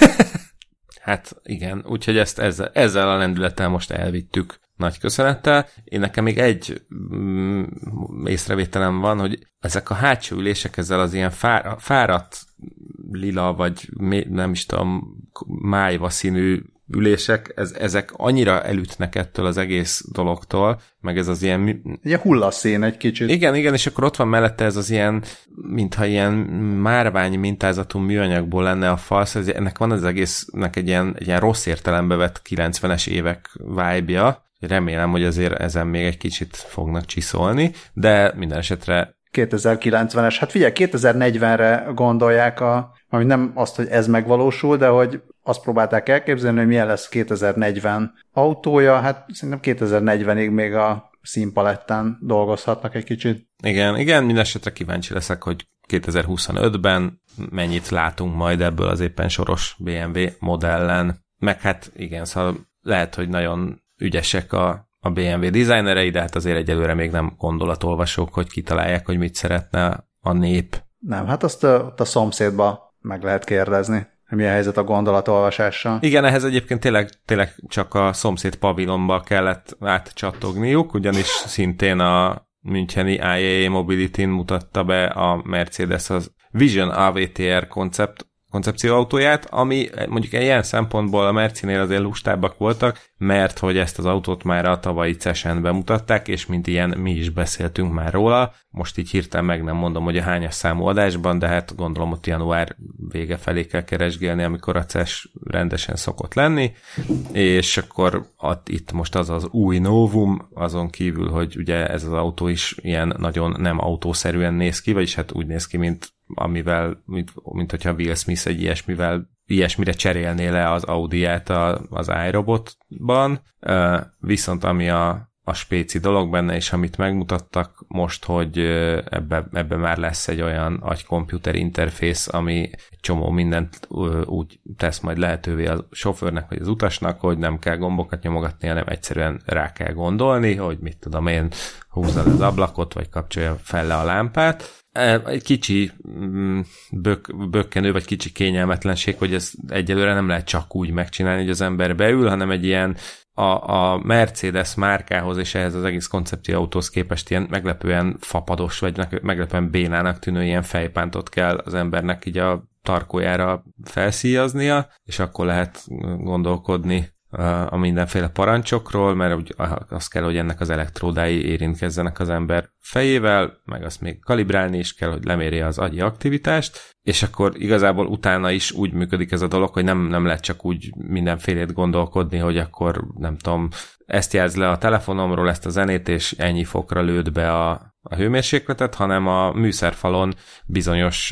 Hát igen, úgyhogy ezzel a lendülettel most elvittük. Nagy köszönettel. Én nekem még egy észrevételem van, hogy ezek a hátsó ülések ezzel az ilyen fáradt lila, vagy nem is tudom, májva színű ülések, ezek annyira elütnek ettől az egész dologtól, meg ez az ilyen... Ilyen hullaszín egy kicsit. Igen, és akkor ott van mellette ez az ilyen, mintha ilyen márvány mintázatú műanyagból lenne a falsz, ennek van az egésznek egy ilyen rossz értelembe vett 90-es évek vibe-ja. Remélem, hogy azért ezen még egy kicsit fognak csiszolni, de minden esetre 2090-es. Hát figyelj, 2040-re gondolják, ami nem azt, hogy ez megvalósul, de hogy azt próbálták elképzelni, hogy milyen lesz 2040 autója, hát szerintem 2040-ig még a színpalettán dolgozhatnak egy kicsit. Igen, minden esetre kíváncsi leszek, hogy 2025-ben mennyit látunk majd ebből az éppen soros BMW modellen. Meg hát igen, szóval lehet, hogy nagyon ügyesek a BMW designerei, de hát azért egyelőre még nem gondolatolvasók, hogy kitalálják, hogy mit szeretne a nép. Nem, hát azt a szomszédba meg lehet kérdezni, hogy mi a helyzet a gondolatolvasással. Igen, ehhez egyébként tényleg csak a szomszéd pavilonba kellett átcsattogniuk, ugyanis szintén a müncheni IAA Mobility-n mutatta be a Mercedes az Vision AVTR koncepcióautóját, ami mondjuk ilyen szempontból a Mercinél azért lustábbak voltak, mert hogy ezt az autót már a tavalyi CES-en bemutatták, és mint ilyen mi is beszéltünk már róla. Most így hirtelen meg nem mondom, hogy a hányas számú adásban, de hát gondolom ott január vége felé kell keresgélni, amikor a CES rendesen szokott lenni, és akkor itt most az az új novum, azon kívül, hogy ugye ez az autó is ilyen nagyon nem autószerűen néz ki, vagyis hát úgy néz ki, mint hogyha Will Smith egy ilyesmire cserélné le az Audi-ját az iRobotban, viszont ami a spéci dolog benne, és amit megmutattak most, hogy ebbe már lesz egy olyan agy-komputer interfész, ami egy csomó mindent úgy tesz majd lehetővé a sofőrnek, vagy az utasnak, hogy nem kell gombokat nyomogatni, hanem egyszerűen rá kell gondolni, hogy mit tudom én, húzza az ablakot, vagy kapcsolja fel le a lámpát. Egy kicsi bökkenő, vagy kicsi kényelmetlenség, hogy ezt egyelőre nem lehet csak úgy megcsinálni, hogy az ember beül, hanem egy ilyen a Mercedes márkához és ehhez az egész koncepcióautóhoz képest ilyen meglepően fapados, vagy meglepően bénának tűnő ilyen fejpántot kell az embernek így a tarkójára felszíjaznia, és akkor lehet gondolkodni a mindenféle parancsokról, mert az kell, hogy ennek az elektródái érintkezzenek az ember fejével, meg azt még kalibrálni is kell, hogy lemérje az agyi aktivitást, és akkor igazából utána is úgy működik ez a dolog, hogy nem lehet csak úgy mindenfélét gondolkodni, hogy akkor nem tudom, ezt jelz le a telefonomról, ezt a zenét, és ennyi fokra lőd be a hőmérsékletet, hanem a műszerfalon bizonyos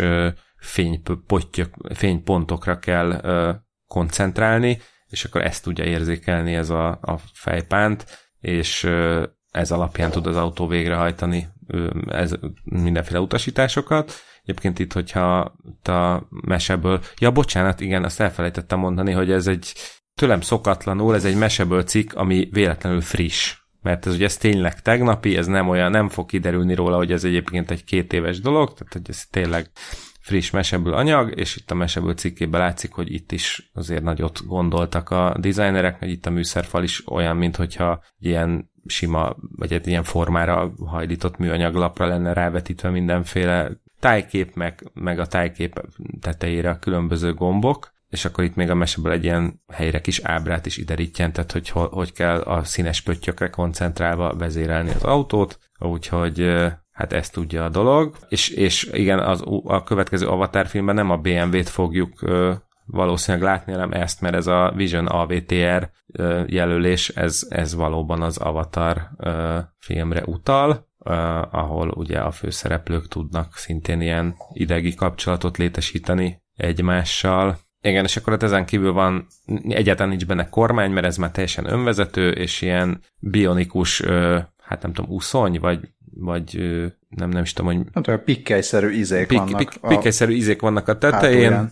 fénypontokra kell koncentrálni, és akkor ezt tudja érzékelni ez a fejpánt, és ez alapján tud az autó végrehajtani mindenféle utasításokat. Egyébként itt, hogyha a meseből... Ja, bocsánat, igen, azt elfelejtettem mondani, hogy ez egy tőlem szokatlanul, ez egy meseből cikk, ami véletlenül friss. Mert ez tényleg tegnapi, ez nem fog kiderülni róla, hogy ez egyébként egy 2 éves dolog, tehát hogy ez tényleg friss meseből anyag, és itt a meseből cikkében látszik, hogy itt is azért nagyot gondoltak a designerek, meg itt a műszerfal is olyan, minthogyha ilyen sima, vagy egy ilyen formára hajlított műanyaglapra lenne rávetítve mindenféle tájkép, meg a tájkép tetejére a különböző gombok, és akkor itt még a meseből egy ilyen helyre kis ábrát is ide rittyentett, hogy kell a színes pöttyökre koncentrálva vezérelni az autót, úgyhogy hát ezt tudja a dolog, és igen, a következő Avatar filmben nem a BMW-t fogjuk valószínűleg látni, hanem ezt, mert ez a Vision AVTR jelölés, ez valóban az Avatar filmre utal, ahol ugye a főszereplők tudnak szintén ilyen idegi kapcsolatot létesíteni egymással. Igen, és akkor ezen kívül van, egyáltalán nincs benne kormány, mert ez már teljesen önvezető, és ilyen bionikus, hát nem tudom, úszony, vagy nem is tudom, hogy... Nem tudom, pikkelyszerű izék vannak. Pikkelyszerű izék vannak a tetején,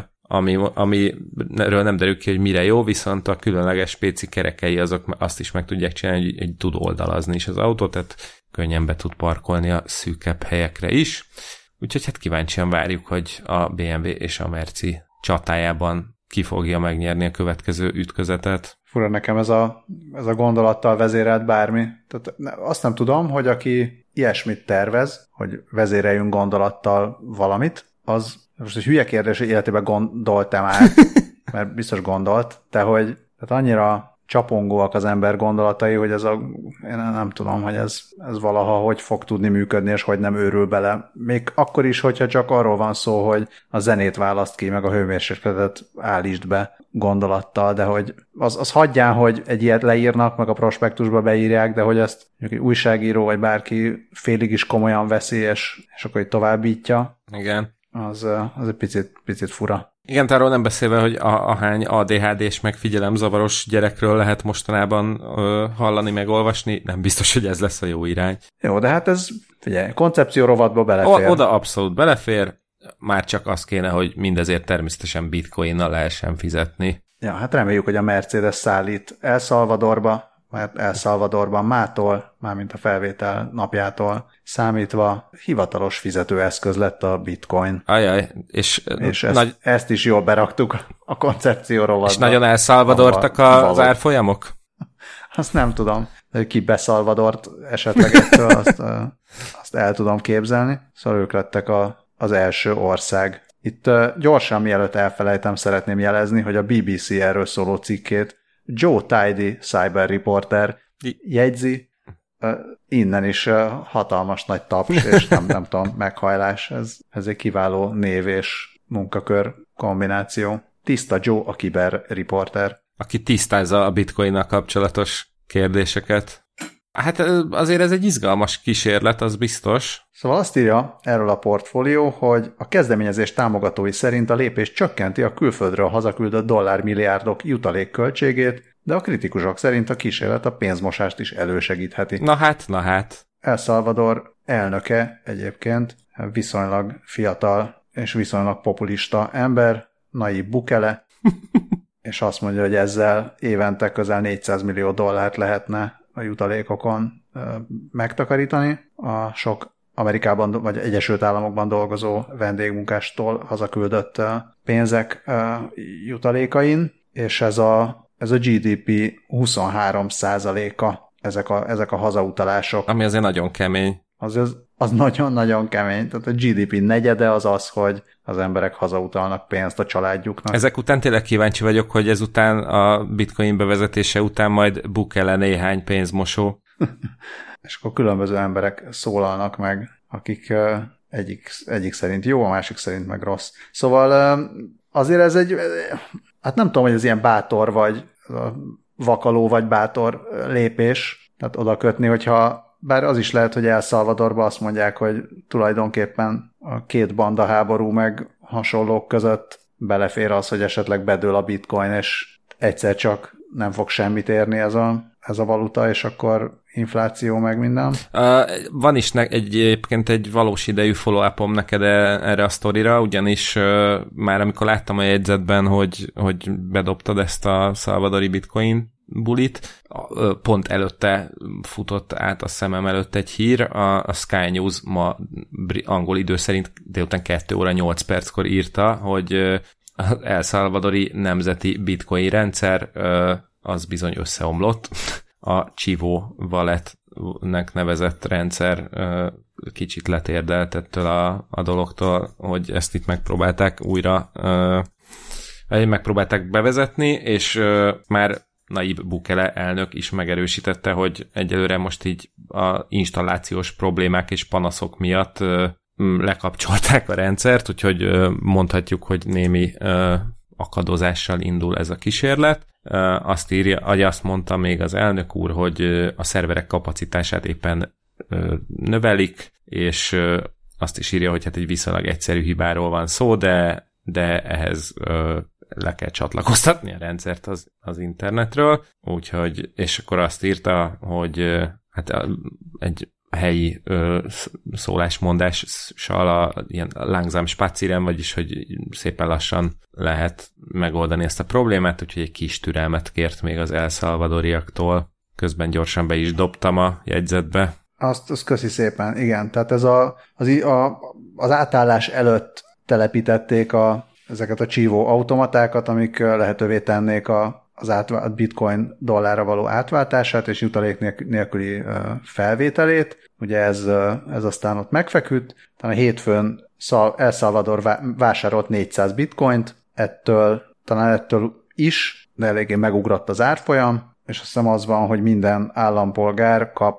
amiről nem derül ki, hogy mire jó, viszont a különleges spéci kerekei azok azt is meg tudják csinálni, hogy tud oldalazni is az autó, tehát könnyen be tud parkolni a szűkebb helyekre is. Úgyhogy hát kíváncsian várjuk, hogy a BMW és a Merci csatájában ki fogja megnyerni a következő ütközetet. Fura nekem ez a gondolattal vezérelt bármi. Tehát azt nem tudom, hogy aki ilyesmit tervez, hogy vezéreljünk gondolattal valamit, az most egy hülye kérdés, hogy életében gondoltam már, mert biztos gondolt, tehát annyira csapongóak az ember gondolatai, hogy én nem tudom, hogy ez valaha hogy fog tudni működni, és hogy nem őrül bele. Még akkor is, hogyha csak arról van szó, hogy a zenét választ ki, meg a hőmérsékletet állítsd be gondolattal, de hogy az hagyján, hogy egy ilyet leírnak, meg a prospektusba beírják, de hogy ezt egy újságíró, vagy bárki félig is komolyan veszi, és akkor így továbbítja. Igen. Az egy picit fura. Igen, arról nem beszélve, hogy ahány ADHD-s meg figyelemzavaros gyerekről lehet mostanában hallani, meg olvasni, nem biztos, hogy ez lesz a jó irány. Jó, de hát ez, figyelj, koncepció rovatba belefér. Oda abszolút belefér, már csak az kéne, hogy mindezért természetesen bitcoinnal lehessen fizetni. Ja, hát reméljük, hogy a Mercedes szállít El Salvadorba, mert El Salvadorban mármint a felvétel napjától számítva hivatalos fizetőeszköz lett a bitcoin. Ajaj, és ezt is jól beraktuk a koncepció rovatba. És nagyon El Salvadortak az árfolyamok? Azt nem tudom. Ki beszalvadort esetleg ettől, azt el tudom képzelni. Szóval ők lettek az első ország. Itt gyorsan, mielőtt elfelejtem, szeretném jelezni, hogy a BBC erről szóló cikkét Joe Tidy cyber reporter jegyzi, innen is hatalmas nagy taps, és nem tudom, meghajlás. Ez egy kiváló név és munkakör kombináció. Tiszta Joe a kiber reporter. Aki tisztázza a bitcoinnal kapcsolatos kérdéseket. Hát azért ez egy izgalmas kísérlet, az biztos. Szóval azt írja erről a portfólió, hogy a kezdeményezés támogatói szerint a lépés csökkenti a külföldről hazaküldött dollármilliárdok jutalékköltségét, de a kritikusok szerint a kísérlet a pénzmosást is elősegítheti. Na hát. El Salvador elnöke egyébként viszonylag fiatal és viszonylag populista ember, Nayib Bukele, és azt mondja, hogy ezzel évente közel 400 millió dollárt lehetne a jutalékokon megtakarítani. A sok Amerikában vagy Egyesült Államokban dolgozó vendégmunkástól hazaküldött pénzek jutalékain, és ez ez a GDP 23%-a ezek a hazautalások. Ami azért nagyon kemény. Az nagyon-nagyon kemény. Tehát a GDP negyede az, hogy az emberek hazautalnak pénzt a családjuknak. Ezek után tényleg kíváncsi vagyok, hogy ezután a bitcoin bevezetése után majd Bukele néhány pénzmosó. És akkor különböző emberek szólalnak meg, akik egyik szerint jó, a másik szerint meg rossz. Szóval azért ez hát nem tudom, hogy ez ilyen bátor vagy vakaló vagy bátor lépés, tehát oda kötni, hogyha bár az is lehet, hogy El Salvadorban azt mondják, hogy tulajdonképpen a két banda háború meg hasonlók között belefér az, hogy esetleg bedől a bitcoin, és egyszer csak nem fog semmit érni ez a valuta, és akkor infláció meg minden. Van is egyébként egy valós idejű follow-upom neked erre a sztorira, ugyanis már amikor láttam a jegyzetben, hogy bedobtad ezt a szalvadori bitcoin bulit, pont előtte futott át a szemem előtt egy hír, a Sky News ma angol idő szerint délután 2 óra 8 perckor írta, hogy az El Salvadori nemzeti bitcoin rendszer az bizony összeomlott. A Chivo Wallet-nek nevezett rendszer kicsit letérdelt ettől a dologtól, hogy ezt itt megpróbálták megpróbálták bevezetni, és már Nayib Bukele elnök is megerősítette, hogy egyelőre most így a installációs problémák és panaszok miatt lekapcsolták a rendszert, úgyhogy mondhatjuk, hogy némi akadozással indul ez a kísérlet. Azt mondta még az elnök úr, hogy a szerverek kapacitását éppen növelik, és azt is írja, hogy hát egy viszonylag egyszerű hibáról van szó, de ehhez le kell csatlakoztatni a rendszert az internetről, úgyhogy, és akkor azt írta, hogy hát egy helyi szólásmondással ilyen langsam spazieren, vagyis hogy szépen lassan lehet megoldani ezt a problémát, úgyhogy egy kis türelmet kért még az El Salvadoriaktól. Közben gyorsan be is dobtam a jegyzetbe. Azt köszi szépen, igen. Tehát ez az átállás előtt telepítették ezeket a Chivo automatákat, amik lehetővé tennék a bitcoin dollárra való átváltását és jutalék nélküli felvételét. Ugye ez aztán ott megfeküdt. Talán hétfőn El Salvador vásárolt 400 bitcoint, ettől is, de eléggé megugrott az árfolyam, és azt hiszem az van, hogy minden állampolgár kap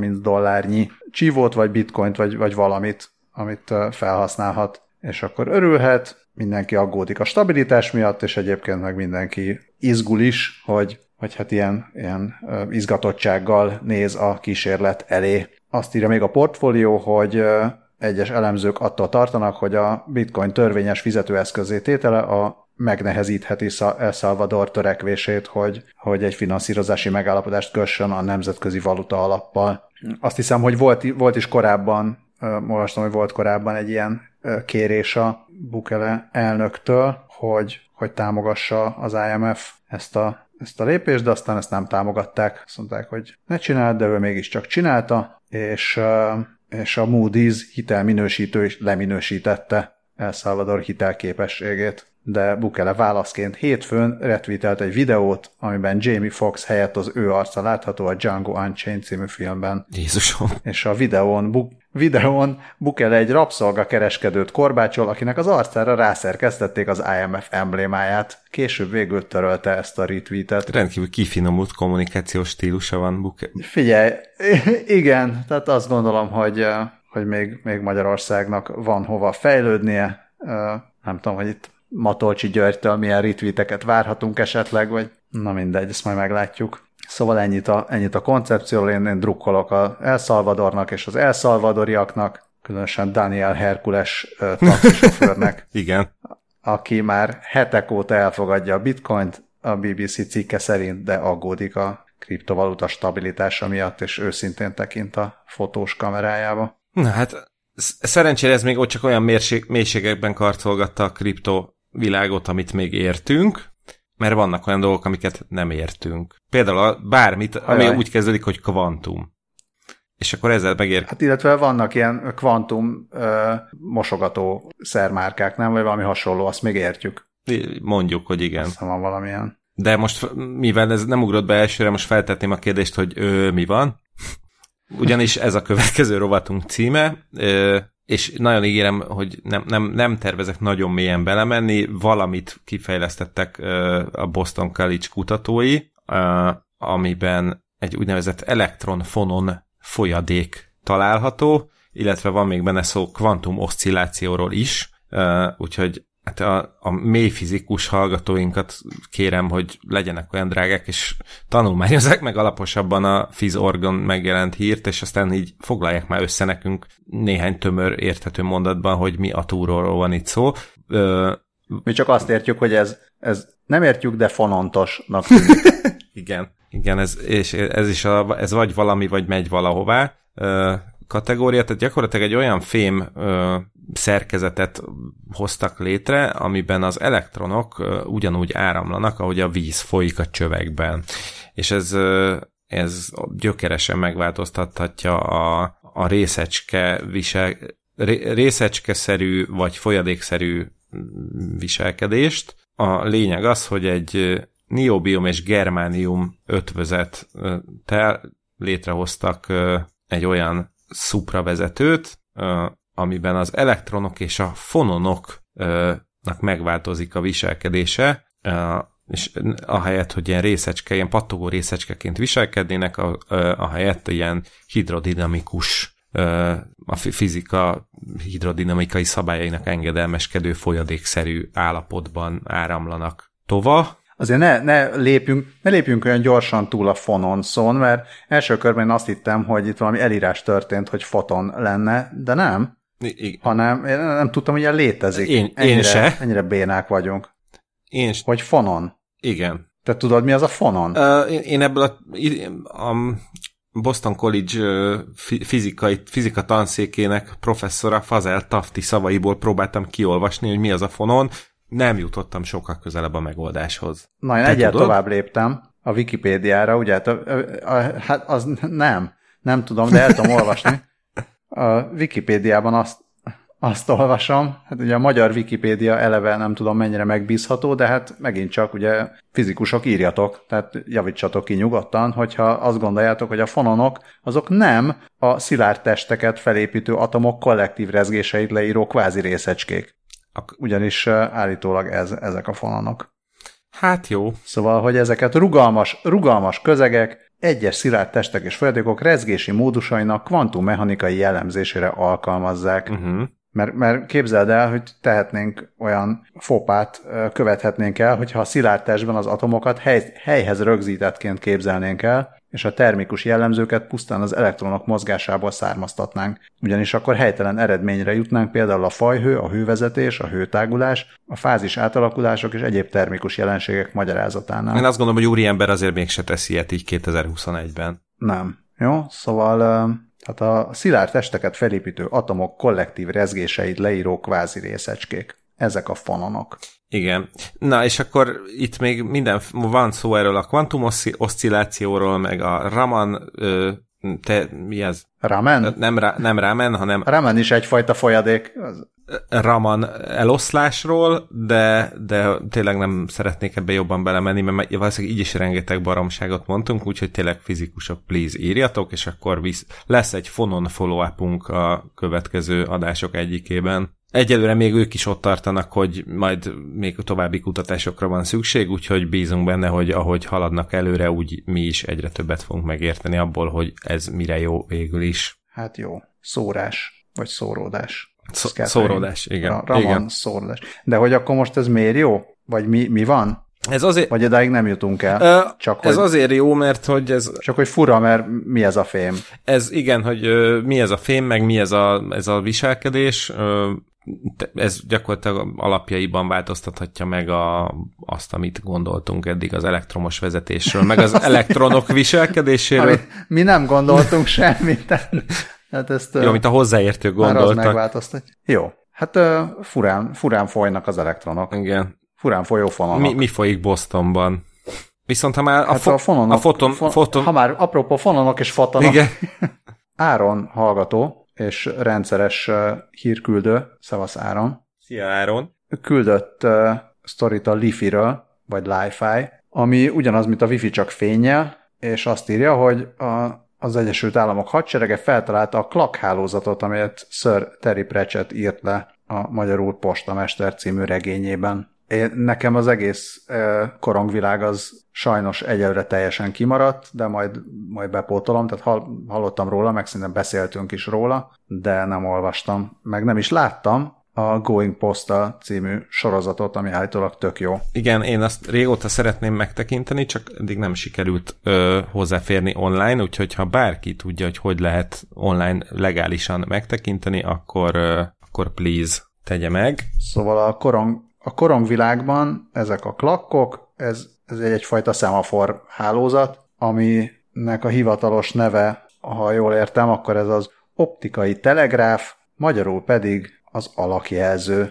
$30 Chivót, vagy bitcoint, vagy valamit, amit felhasználhat, és akkor örülhet. Mindenki aggódik a stabilitás miatt, és egyébként meg mindenki izgul is, hogy hát ilyen izgatottsággal néz a kísérlet elé. Azt írja még a portfólió, hogy egyes elemzők attól tartanak, hogy a bitcoin törvényes fizetőeszközé tétele megnehezítheti El Salvador törekvését, hogy egy finanszírozási megállapodást kössön a nemzetközi valuta alappal. Azt hiszem, hogy volt is korábban, olvastam, hogy volt korábban egy ilyen kérés a Bukele elnöktől, hogy támogassa az IMF ezt a lépést, de aztán ezt nem támogatták. Azt mondták, hogy ne csináld, de ő mégiscsak csinálta, és a Moody's hitelminősítő is leminősítette El Salvador hitelképességét. De Bukele válaszként hétfőn retweetelt egy videót, amiben Jamie Foxx helyett az ő arca látható a Django Unchained című filmben. Jézusom! És a videón Bukele egy rabszolgakereskedőt korbácsol, akinek az arcára rászerkesztették az IMF emblémáját. Később végül törölte ezt a retweetet. Rendkívül kifinomult kommunikációs stílusa van Bukele. Figyelj, igen, tehát azt gondolom, hogy még Magyarországnak van hova fejlődnie. Nem tudom, hogy itt Matolcsi Györgytől milyen retweeteket várhatunk esetleg, vagy na mindegy, ezt majd meglátjuk. Szóval ennyit a koncepcióról, én drukkolok az El Salvadornak és az El Salvadoriaknak, különösen Daniel Herkules taxisofőrnek, igen, aki már hetek óta elfogadja a bitcoint, a BBC cikke szerint, de aggódik a kriptovaluta stabilitása miatt, és őszintén tekint a fotós kamerájába. Na hát, szerencsére ez még ott csak olyan mélységekben karcolgatta a kriptovilágot, amit még értünk, mert vannak olyan dolgok, amiket nem értünk. Például bármit, ami úgy kezdődik, hogy kvantum. És akkor ezzel megér... Hát illetve vannak ilyen kvantum mosogató szermárkák, nem? Vagy valami hasonló, azt még értjük. Mondjuk, hogy igen. Aztán van valamilyen. De most, mivel ez nem ugrott be elsőre, most feltetném a kérdést, hogy mi van? Ugyanis ez a következő rovatunk címe, és nagyon ígérem, hogy nem tervezek nagyon mélyen belemenni, valamit kifejlesztettek a Boston College kutatói, amiben egy úgynevezett elektronfonon folyadék található, illetve van még benne szó kvantum oszcillációról is, úgyhogy hát a mély fizikus hallgatóinkat kérem, hogy legyenek olyan drágák, és tanulmányozzák meg alaposabban a Phys.org-on megjelent hírt, és aztán így foglalják már össze nekünk néhány tömör érthető mondatban, hogy mi a túróról van itt szó. Mi csak azt értjük, hogy ez nem értjük, de fonontosnak tűnik. Igen, ez vagy valami, vagy megy valahová kategória, tehát gyakorlatilag egy olyan fém szerkezetet hoztak létre, amiben az elektronok ugyanúgy áramlanak, ahogy a víz folyik a csövekben. És ez gyökeresen megváltoztathatja a részecske-szerű vagy folyadékszerű viselkedést. A lényeg az, hogy egy niobium és germánium ötvözettel létrehoztak egy olyan szupravezetőt, amiben az elektronok és a fononoknak megváltozik a viselkedése, és ahelyett, hogy ilyen pattogó részecskeként viselkednének, ahelyett ilyen hidrodinamikus, a fizika hidrodinamikai szabályainak engedelmeskedő folyadékszerű állapotban áramlanak tova. Azért ne lépjünk olyan gyorsan túl a fonon szón, mert első körben én azt hittem, hogy itt valami elírás történt, hogy foton lenne, de nem. Hanem én nem tudtam, hogy ilyen létezik. Én se. Ennyire bénák vagyunk. Hogy fonon. Igen. Te tudod, mi az a fonon? Én ebből a Boston College fizika tanszékének professzora Fazel Tafti szavaiból próbáltam kiolvasni, hogy mi az a fonon. Nem jutottam sokkal közelebb a megoldáshoz. Na, én egyel tovább léptem a Wikipédiára, ugye, hát az nem tudom, de el tudom olvasni. A Wikipédiában azt olvasom, hát ugye a magyar Wikipédia eleve nem tudom mennyire megbízható, de hát megint csak ugye fizikusok írjatok, tehát javítsatok ki nyugodtan, hogyha azt gondoljátok, hogy a fononok azok nem a szilárd testeket felépítő atomok kollektív rezgéseit leíró kvázi részecskék. Ugyanis állítólag ezek a fononok. Hát jó. Szóval, hogy ezeket rugalmas közegek, egyes szilárd testek és folyadékok rezgési módusainak kvantummechanikai jellemzésére alkalmazzák. Mert képzeld el, hogy tehetnénk olyan fopát, követhetnénk el, hogyha a szilárd testben az atomokat helyhez rögzítettként képzelnénk el, és a termikus jellemzőket pusztán az elektronok mozgásából származtatnánk. Ugyanis akkor helytelen eredményre jutnánk például a fajhő, a hővezetés, a hőtágulás, a fázis átalakulások és egyéb termikus jelenségek magyarázatánál. Én azt gondolom, hogy úriember azért mégse tesz ilyet így 2021-ben. Nem. Jó, szóval hát a szilárd testeket felépítő atomok kollektív rezgéseit leíró kvázi részecskék. Ezek a fononok. Igen. Na, és akkor itt még van szó erről a kvantum oszcillációról, meg a Raman, mi ez? Raman? Nem Raman, hanem... Raman is egyfajta folyadék. Raman eloszlásról, de tényleg nem szeretnék ebbe jobban belemenni, mert valószínűleg így is rengeteg baromságot mondtunk, úgyhogy tényleg fizikusok, please írjatok, és akkor lesz egy fonon follow-upunk a következő adások egyikében. Egyelőre még ők is ott tartanak, hogy majd még további kutatásokra van szükség, úgyhogy bízunk benne, hogy ahogy haladnak előre, úgy mi is egyre többet fogunk megérteni abból, hogy ez mire jó végül is. Hát jó. Szórás, vagy szóródás. Szóródás, igen. Raman szóródás. De hogy akkor most ez miért jó? Vagy mi van? Ez azért... Vagy odáig nem jutunk el. Ez azért jó, mert hogy ez... Csak hogy fura, mert mi ez a fém? Ez igen, hogy mi ez a fém, meg mi ez a viselkedés. Ez gyakorlatilag alapjaiban változtathatja meg azt, amit gondoltunk eddig az elektromos vezetésről, meg az elektronok viselkedéséről. Mi nem gondoltunk semmit. Hát ezt, jó, amit a hozzáértők gondoltak. Már az megváltoztatja. Jó, hát furán folynak az elektronok. Igen. Furán folyó fononok. Mi folyik Bostonban? Viszont ha már ha már apropó fononok és fotonok. Igen. Áron hallgató és rendszeres hírküldő, szevasz Áron. Szia Áron. Küldött sztorit a Li-Fi-ről, vagy Li-Fi, ami ugyanaz, mint a Wi-Fi, csak fénnyel, és azt írja, hogy az Egyesült Államok hadserege feltalálta a CLAC hálózatot, amelyet Sir Terry Pratchett írt le a Magyarul Postamester című regényében. Nekem az egész korongvilág az sajnos egyelőre teljesen kimaradt, de majd bepótolom, tehát hallottam róla, meg szerintem beszéltünk is róla, de nem olvastam, meg nem is láttam a Going Postal című sorozatot, ami állítólag tök jó. Igen, én azt régóta szeretném megtekinteni, csak eddig nem sikerült hozzáférni online, úgyhogy ha bárki tudja, hogy lehet online legálisan megtekinteni, akkor please tegye meg. Szóval a korongvilágban ezek a klakkok, ez egyfajta szemafor hálózat, aminek a hivatalos neve, ha jól értem, akkor ez az optikai telegráf, magyarul pedig az alakjelző,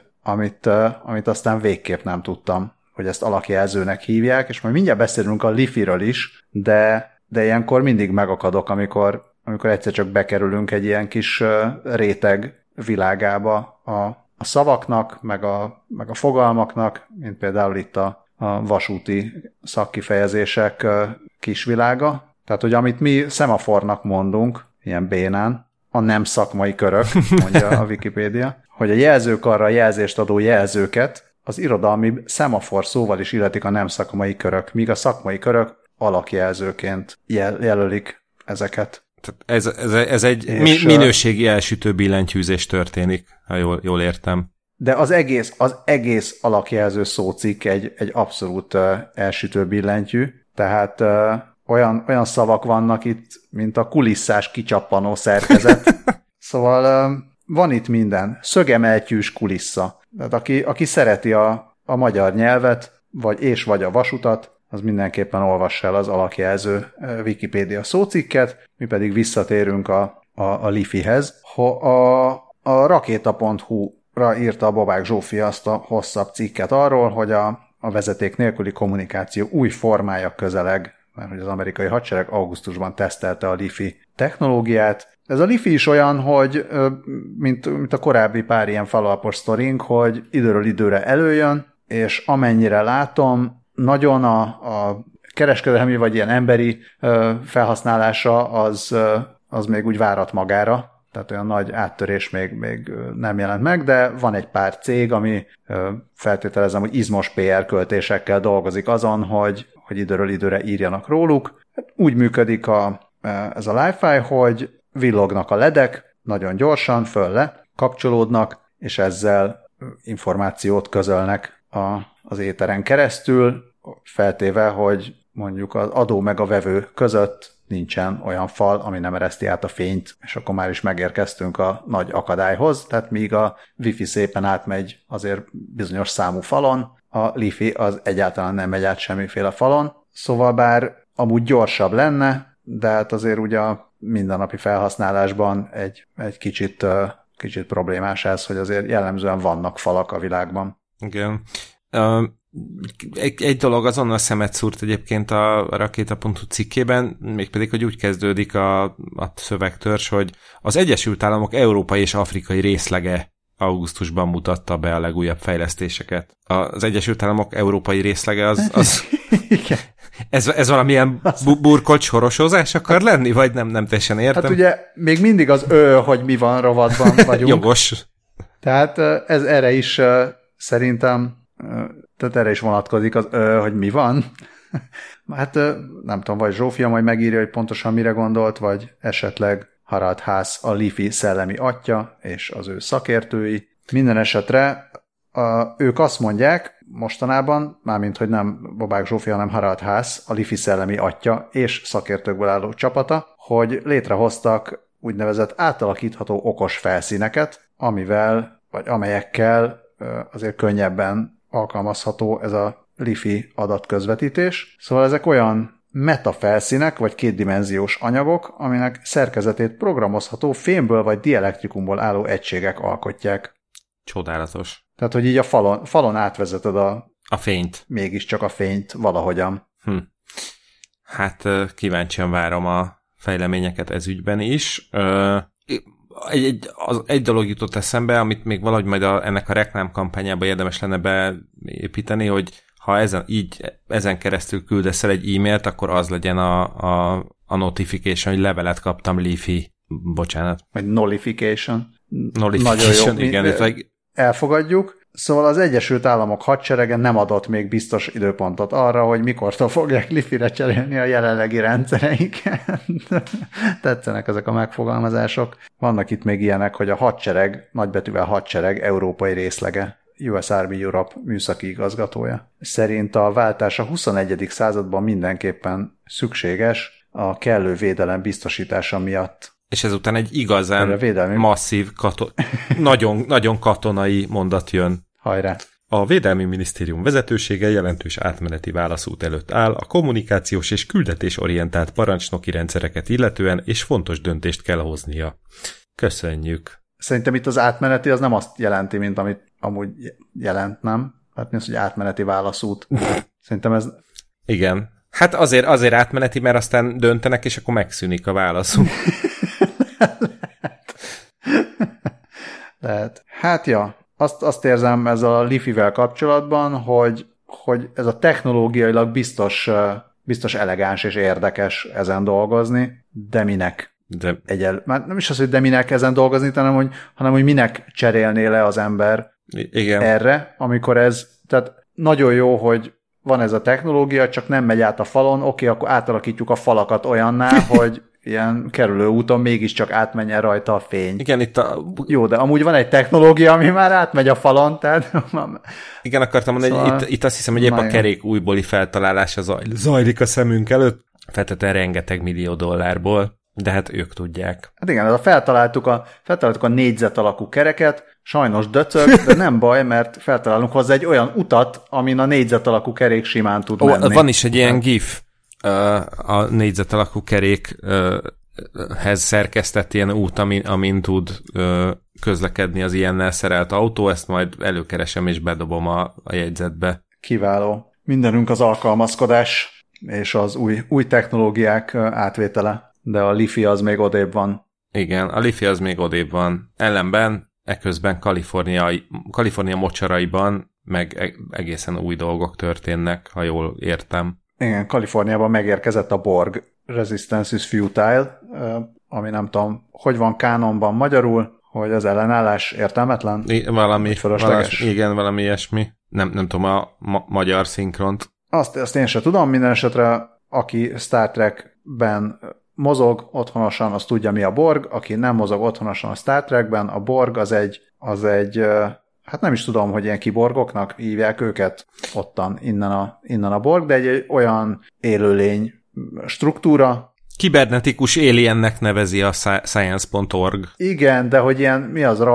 amit aztán végképp nem tudtam, hogy ezt alakjelzőnek hívják, és majd mindjárt beszélünk a Li-Fi-ről is, de ilyenkor mindig megakadok, amikor egyszer csak bekerülünk egy ilyen kis réteg világába a szavaknak, meg a fogalmaknak, mint például itt a vasúti szakkifejezések kisvilága. Tehát, hogy amit mi szemafornak mondunk, ilyen bénán, a nem szakmai körök, mondja a Wikipédia, hogy a jelzőkarra jelzést adó jelzőket az irodalmi szemafor szóval is illetik a nem szakmai körök, míg a szakmai körök alakjelzőként jelölik ezeket. Tehát ez egy minőségi elsütő billentyűzés történik, ha jól értem. De az egész alakjelző szócikk egy abszolút elsütő billentyű, tehát olyan szavak vannak itt, mint a kulisszás kicsappanó szerkezet. Szóval van itt minden. Szögemeltyűs kulissza. Tehát aki szereti a magyar nyelvet, vagy a vasutat, az mindenképpen olvassa el az alakjelző Wikipédia szócikket, mi pedig visszatérünk a Li-Fihez. A rakéta.hu-ra írta a Bobák Zsófia azt a hosszabb cikket arról, hogy a vezeték nélküli kommunikáció új formája közeleg, mert hogy az amerikai hadsereg augusztusban tesztelte a Li-Fi technológiát. Ez a Li-Fi is olyan, hogy mint a korábbi pár ilyen follow-up-os sztorink, hogy időről időre előjön, és amennyire látom, nagyon a kereskedelmi vagy ilyen emberi felhasználása az még úgy várat magára, tehát olyan nagy áttörés még nem jelent meg, de van egy pár cég, ami feltételezem, hogy izmos PR költésekkel dolgozik azon, hogy időről időre írjanak róluk. Úgy működik ez a Li-Fi, hogy villognak a ledek, nagyon gyorsan föl-le kapcsolódnak, és ezzel információt közölnek az éteren keresztül, feltéve, hogy mondjuk az adó meg a vevő között nincsen olyan fal, ami nem ereszti át a fényt, és akkor már is megérkeztünk a nagy akadályhoz, tehát míg a Wi-Fi szépen átmegy azért bizonyos számú falon, a Li-Fi az egyáltalán nem megy át semmiféle falon, szóval bár amúgy gyorsabb lenne, de hát azért ugye a mindennapi felhasználásban egy kicsit problémás ez, hogy azért jellemzően vannak falak a világban. Igen. Egy dolog azonnal szemet szúrt egyébként a rakéta.hu cikkében, mégpedig, hogy úgy kezdődik a szövegtörzs, hogy az Egyesült Államok európai és afrikai részlege augusztusban mutatta be a legújabb fejlesztéseket. Az Egyesült Államok európai részlege az Igen. Ez valamilyen burkolt sorosozás akar lenni, vagy nem teljesen értem? Hát ugye még mindig az hogy mi van rovatban vagyunk. Jogos. Tehát ez erre is szerintem, tehát erre is vonatkozik az hogy mi van. Hát nem tudom, vagy Zsófia majd megírja, hogy pontosan mire gondolt, vagy esetleg Harald Haas a Li-Fi szellemi atya és az ő szakértői. Minden esetre ők azt mondják mostanában, mármint, hogy nem Bobák Zsófia, hanem Harald Haas, a Li-Fi szellemi atya és szakértőkből álló csapata, hogy létrehoztak úgynevezett átalakítható okos felszíneket, amelyekkel azért könnyebben alkalmazható ez a Li-Fi adatközvetítés. Szóval ezek olyan metafelszínek, vagy kétdimenziós anyagok, aminek szerkezetét programozható fémből vagy dielektrikumból álló egységek alkotják. Csodálatos. Tehát, hogy így a falon átvezeted a fényt. Mégiscsak a fényt valahogyan. Hát kíváncsian várom a fejleményeket ez ügyben is. Egy dolog jutott eszembe, amit még valahogy majd ennek a reklámkampányába érdemes lenne beépíteni, hogy ha ezen keresztül küldesz el egy e-mailt, akkor az legyen a notification, hogy levelet kaptam Leafy, bocsánat. Vagy nullification. Nullification, nagyon jó. igen. Elfogadjuk. Szóval az Egyesült Államok hadserege nem adott még biztos időpontot arra, hogy mikortól fogják Leafyre cserélni a jelenlegi rendszereiket. Tetszenek ezek a megfogalmazások. Vannak itt még ilyenek, hogy a hadsereg, nagybetűvel hadsereg, európai részlege, US Army Europe műszaki igazgatója. Szerint a váltás a 21. században mindenképpen szükséges a kellő védelem biztosítása miatt. És ezután egy igazán masszív, nagyon, nagyon katonai mondat jön. Hajrá! A Védelmi Minisztérium vezetősége jelentős átmeneti válaszút előtt áll a kommunikációs és küldetésorientált parancsnoki rendszereket illetően, és fontos döntést kell hoznia. Köszönjük! Szerintem itt az átmeneti az nem azt jelenti, mint amit amúgy jelent, nem? Hát mi az, hogy átmeneti válaszút? Szerintem ez... Igen. Hát azért átmeneti, mert aztán döntenek, és akkor megszűnik a válaszunk. Lehet. Hát ja, azt érzem ezzel a Leafy-vel kapcsolatban, hogy ez a technológiailag biztos elegáns és érdekes ezen dolgozni, de minek? Már nem is az, hogy de minek ezen dolgozni, hanem hogy minek cserélné le az ember erre, amikor ez, tehát nagyon jó, hogy van ez a technológia, csak nem megy át a falon, oké, akkor átalakítjuk a falakat olyanná, hogy ilyen kerülő úton mégiscsak átmenjen rajta a fény. Igen, itt Jó, de amúgy van egy technológia, ami már átmegy a falon, tehát... Igen, akartam mondani, szóval... hogy itt azt hiszem, hogy épp a kerék újbóli feltalálása zajlik a szemünk előtt, feltétlenül rengeteg millió dollárból, de hát ők tudják. Hát igen, feltaláltuk a négyzet alakú kereket, sajnos döcög, de nem baj, mert feltalálunk hozzá egy olyan utat, amin a négyzet alakú kerék simán tud menni. Van is egy ilyen gif, a négyzet alakú kerékhez szerkesztett ilyen út, amin tud közlekedni az ilyennel szerelt autó, ezt majd előkeresem és bedobom a jegyzetbe. Kiváló. Mindenünk az alkalmazkodás és az új technológiák átvétele, de a Leafy az még odébb van. Igen, a Leafy az még odébb van. Ellenben eközben Kalifornia mocsaraiban meg egészen új dolgok történnek, ha jól értem. Igen, Kaliforniában megérkezett a Borg, Resistance is Futile, ami nem tudom, hogy van kánonban magyarul, hogy az ellenállás értelmetlen? Valami ilyesmi. Nem tudom a magyar szinkront. Azt én sem tudom, minden esetre aki Star Trekben mozog otthonosan, az tudja, mi a Borg, aki nem mozog otthonosan a Star Trekben, a Borg az egy hát nem is tudom, hogy ilyen kiborgoknak hívják őket ottan, innen a Borg, de egy olyan élőlény struktúra. Kibernetikus aliennek nevezi a science.org. Igen, de hogy ilyen, mi az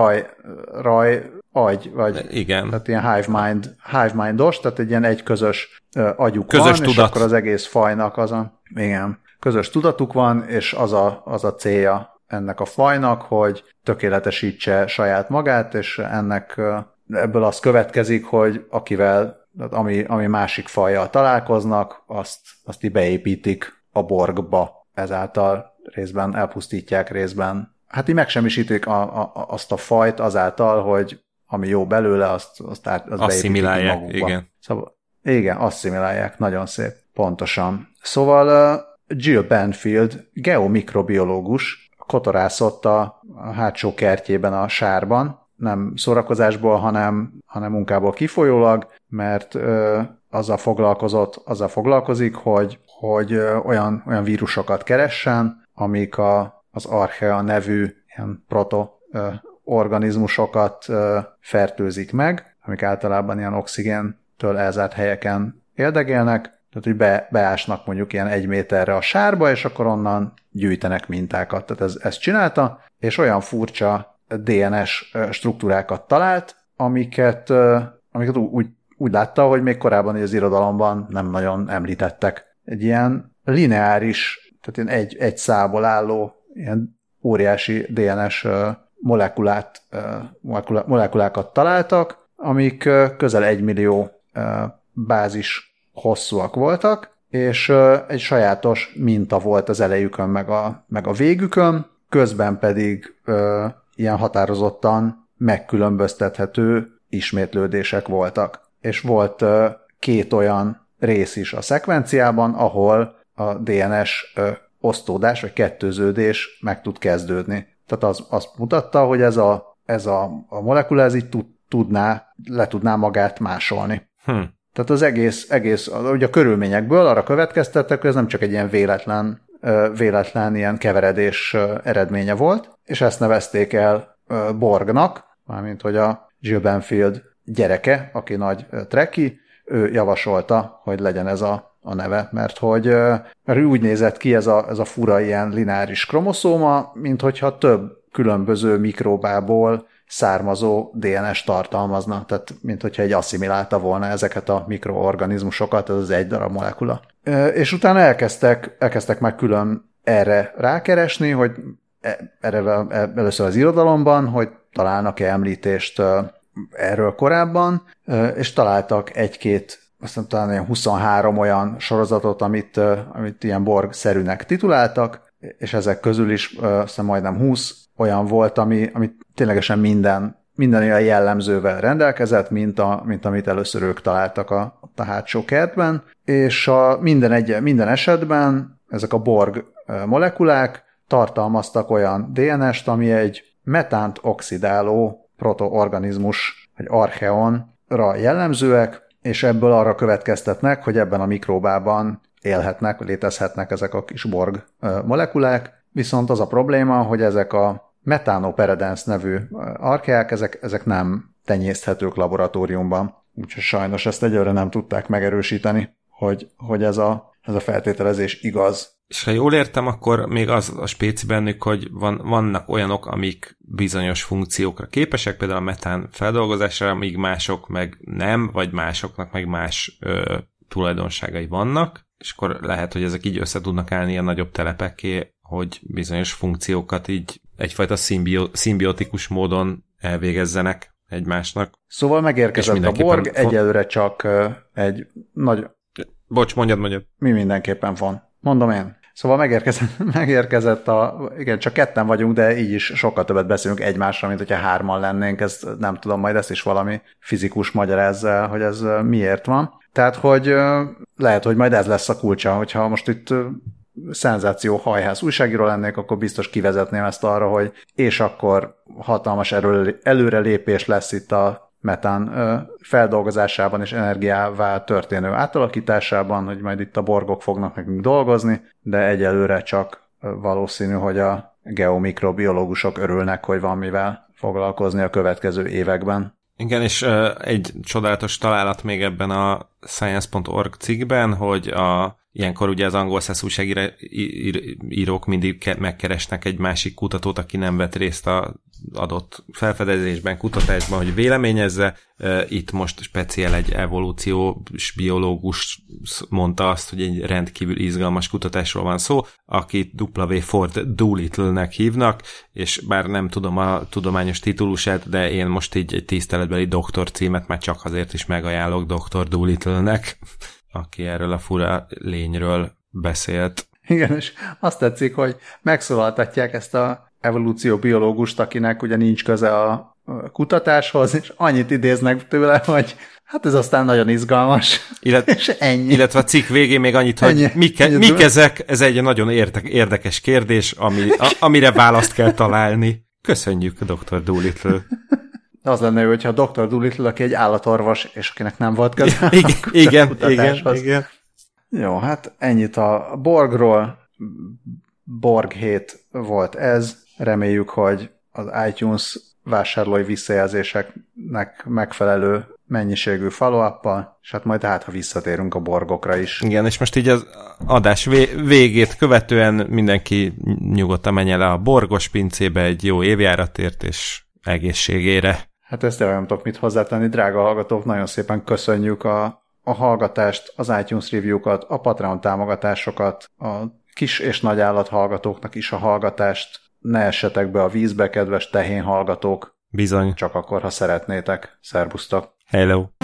agy, vagy igen. Tehát ilyen hive mindos, tehát egy ilyen közös agyuk közös van, tudat. És akkor az egész fajnak igen, közös tudatuk van, és az a célja ennek a fajnak, hogy tökéletesítse saját magát, és ebből az következik, hogy akivel, ami másik fajjal találkoznak, azt így beépítik a Borgba. Ezáltal részben elpusztítják, részben hát így megsemmisítik azt a fajt azáltal, hogy ami jó belőle, azt asszimilálják, magukba. Igen. Szóval, igen, asszimilálják, nagyon szép. Pontosan. Szóval Jill Banfield, geomikrobiológus, kotorászott a hátsó kertjében a sárban, nem szórakozásból, hanem munkából kifolyólag, mert azzal foglalkozik, hogy olyan vírusokat keressen, amik az Archaea nevű ilyen protoorganizmusokat fertőzik meg, amik általában ilyen oxigéntől elzárt helyeken éldegélnek, tehát hogy beásnak mondjuk ilyen 1 méterre a sárba, és akkor onnan gyűjtenek mintákat. Tehát ezt csinálta, és olyan furcsa DNS struktúrákat talált, amiket úgy látta, hogy még korábban az irodalomban nem nagyon említettek. Egy ilyen lineáris, tehát ilyen egy szából álló, ilyen óriási DNS molekulákat találtak, amik közel 1 millió bázis hosszúak voltak, és egy sajátos minta volt az elejükön meg a végükön, közben pedig ilyen határozottan megkülönböztethető ismétlődések voltak. És volt 2 olyan rész is a szekvenciában, ahol a DNS osztódás vagy kettőződés meg tud kezdődni. Tehát azt mutatta, hogy ez a molekula ez így le tudná magát másolni. Tehát az egész ugye a körülményekből arra következtettek, hogy ez nem csak egy ilyen véletlen ilyen keveredés eredménye volt, és ezt nevezték el Borgnak, mármint hogy a Jill Banfield gyereke, aki nagy trekkie, ő javasolta, hogy legyen ez a neve, mert úgy nézett ki ez a fura ilyen lineáris kromoszóma, mint hogyha több különböző mikróbából származó DNS tartalmazna, tehát mint hogyha egy asszimilálta volna ezeket a mikroorganizmusokat, ez az egy darab molekula. És utána elkezdtek már külön erre rákeresni, hogy először az irodalomban, hogy találnak-e említést erről korábban, és találtak egy-két, aztán talán ilyen 23 olyan sorozatot, amit ilyen Borg-szerűnek tituláltak, és ezek közül is aztán majdnem 20 olyan volt, ami ténylegesen minden olyan jellemzővel rendelkezett, mint amit először ők találtak a hátsó kertben, és minden esetben ezek a Borg molekulák tartalmaztak olyan DNS-t, ami egy metánt oxidáló protoorganizmus, vagy archeonra jellemzőek, és ebből arra következtetnek, hogy ebben a mikróbában élhetnek, létezhetnek ezek a kis Borg molekulák, viszont az a probléma, hogy ezek a metanoperedens nevű archeák, ezek nem tenyészthetők laboratóriumban. Úgyhogy sajnos ezt egyelőre nem tudták megerősíteni, hogy ez a feltételezés igaz. És ha jól értem, akkor még az a spéci bennük, hogy vannak olyanok, amik bizonyos funkciókra képesek, például a metán feldolgozásra, míg mások meg nem, vagy másoknak meg más tulajdonságai vannak, és akkor lehet, hogy ezek így össze tudnak állni ilyen nagyobb telepekké, hogy bizonyos funkciókat így egyfajta szimbiotikus módon elvégezzenek egymásnak. Szóval megérkezett a Borg, egyelőre csak egy nagy... Bocs, mondjad. Mi mindenképpen van. Mondom én. Szóval megérkezett igen, csak ketten vagyunk, de így is sokkal többet beszélünk egymásra, mint hogyha 3-an lennénk. Ezt nem tudom, majd ezt is valami fizikus magyarázza, hogy ez miért van. Tehát, hogy lehet, hogy majd ez lesz a kulcsa, hogyha most itt szenzáció hajház újságíró lennék, akkor biztos kivezetném ezt arra, hogy és akkor hatalmas előrelépés lesz itt a metán feldolgozásában és energiává történő átalakításában, hogy majd itt a Borgok fognak nekünk dolgozni, de egyelőre csak valószínű, hogy a geomikrobiológusok örülnek, hogy van mivel foglalkozni a következő években. Igen, és egy csodálatos találat még ebben a science.org cikkben, hogy ilyenkor ugye az angol száz újságírók mindig megkeresnek egy másik kutatót, aki nem vett részt az adott felfedezésben, kutatásban, hogy véleményezze. Itt most speciál egy evolúciós biológus mondta azt, hogy egy rendkívül izgalmas kutatásról van szó, akit W. Ford Doolittle-nek hívnak, és bár nem tudom a tudományos titulusát, de én most így egy tiszteletbeli doktor címet már csak azért is megajánlok Dr. Doolittle-nek, aki erről a fura lényről beszélt. Igen, és azt tetszik, hogy megszólaltatják ezt a evolúcióbiológust, akinek ugye nincs köze a kutatáshoz, és annyit idéznek tőle, hogy hát ez aztán nagyon izgalmas, és ennyi. Illetve a cikk végén még annyit, hogy mik ezek, ez egy nagyon érdekes kérdés, amire választ kell találni. Köszönjük, Dr. Doolittle. Az lenne, hogyha a Dr. Doolittle, aki egy állatorvos, és akinek nem volt köze igen. Jó, hát ennyit a Borgról. Borg 7 volt ez. Reméljük, hogy az iTunes vásárlói visszajelzéseknek megfelelő mennyiségű follow-uppal, és hát majd ha visszatérünk a Borgokra is. Igen, és most így az adás végét követően mindenki nyugodtan menjen le a Borgos pincébe egy jó évjáratért, és egészségére. Hát ezt nem tudok mit hozzátenni, drága hallgatók, nagyon szépen köszönjük a hallgatást, az iTunes review-kat, a Patreon támogatásokat, a kis és nagy állat hallgatóknak is a hallgatást. Ne essetek be a vízbe, kedves tehén hallgatók. Bizony. Csak akkor, ha szeretnétek. Szerbusztok! Hello!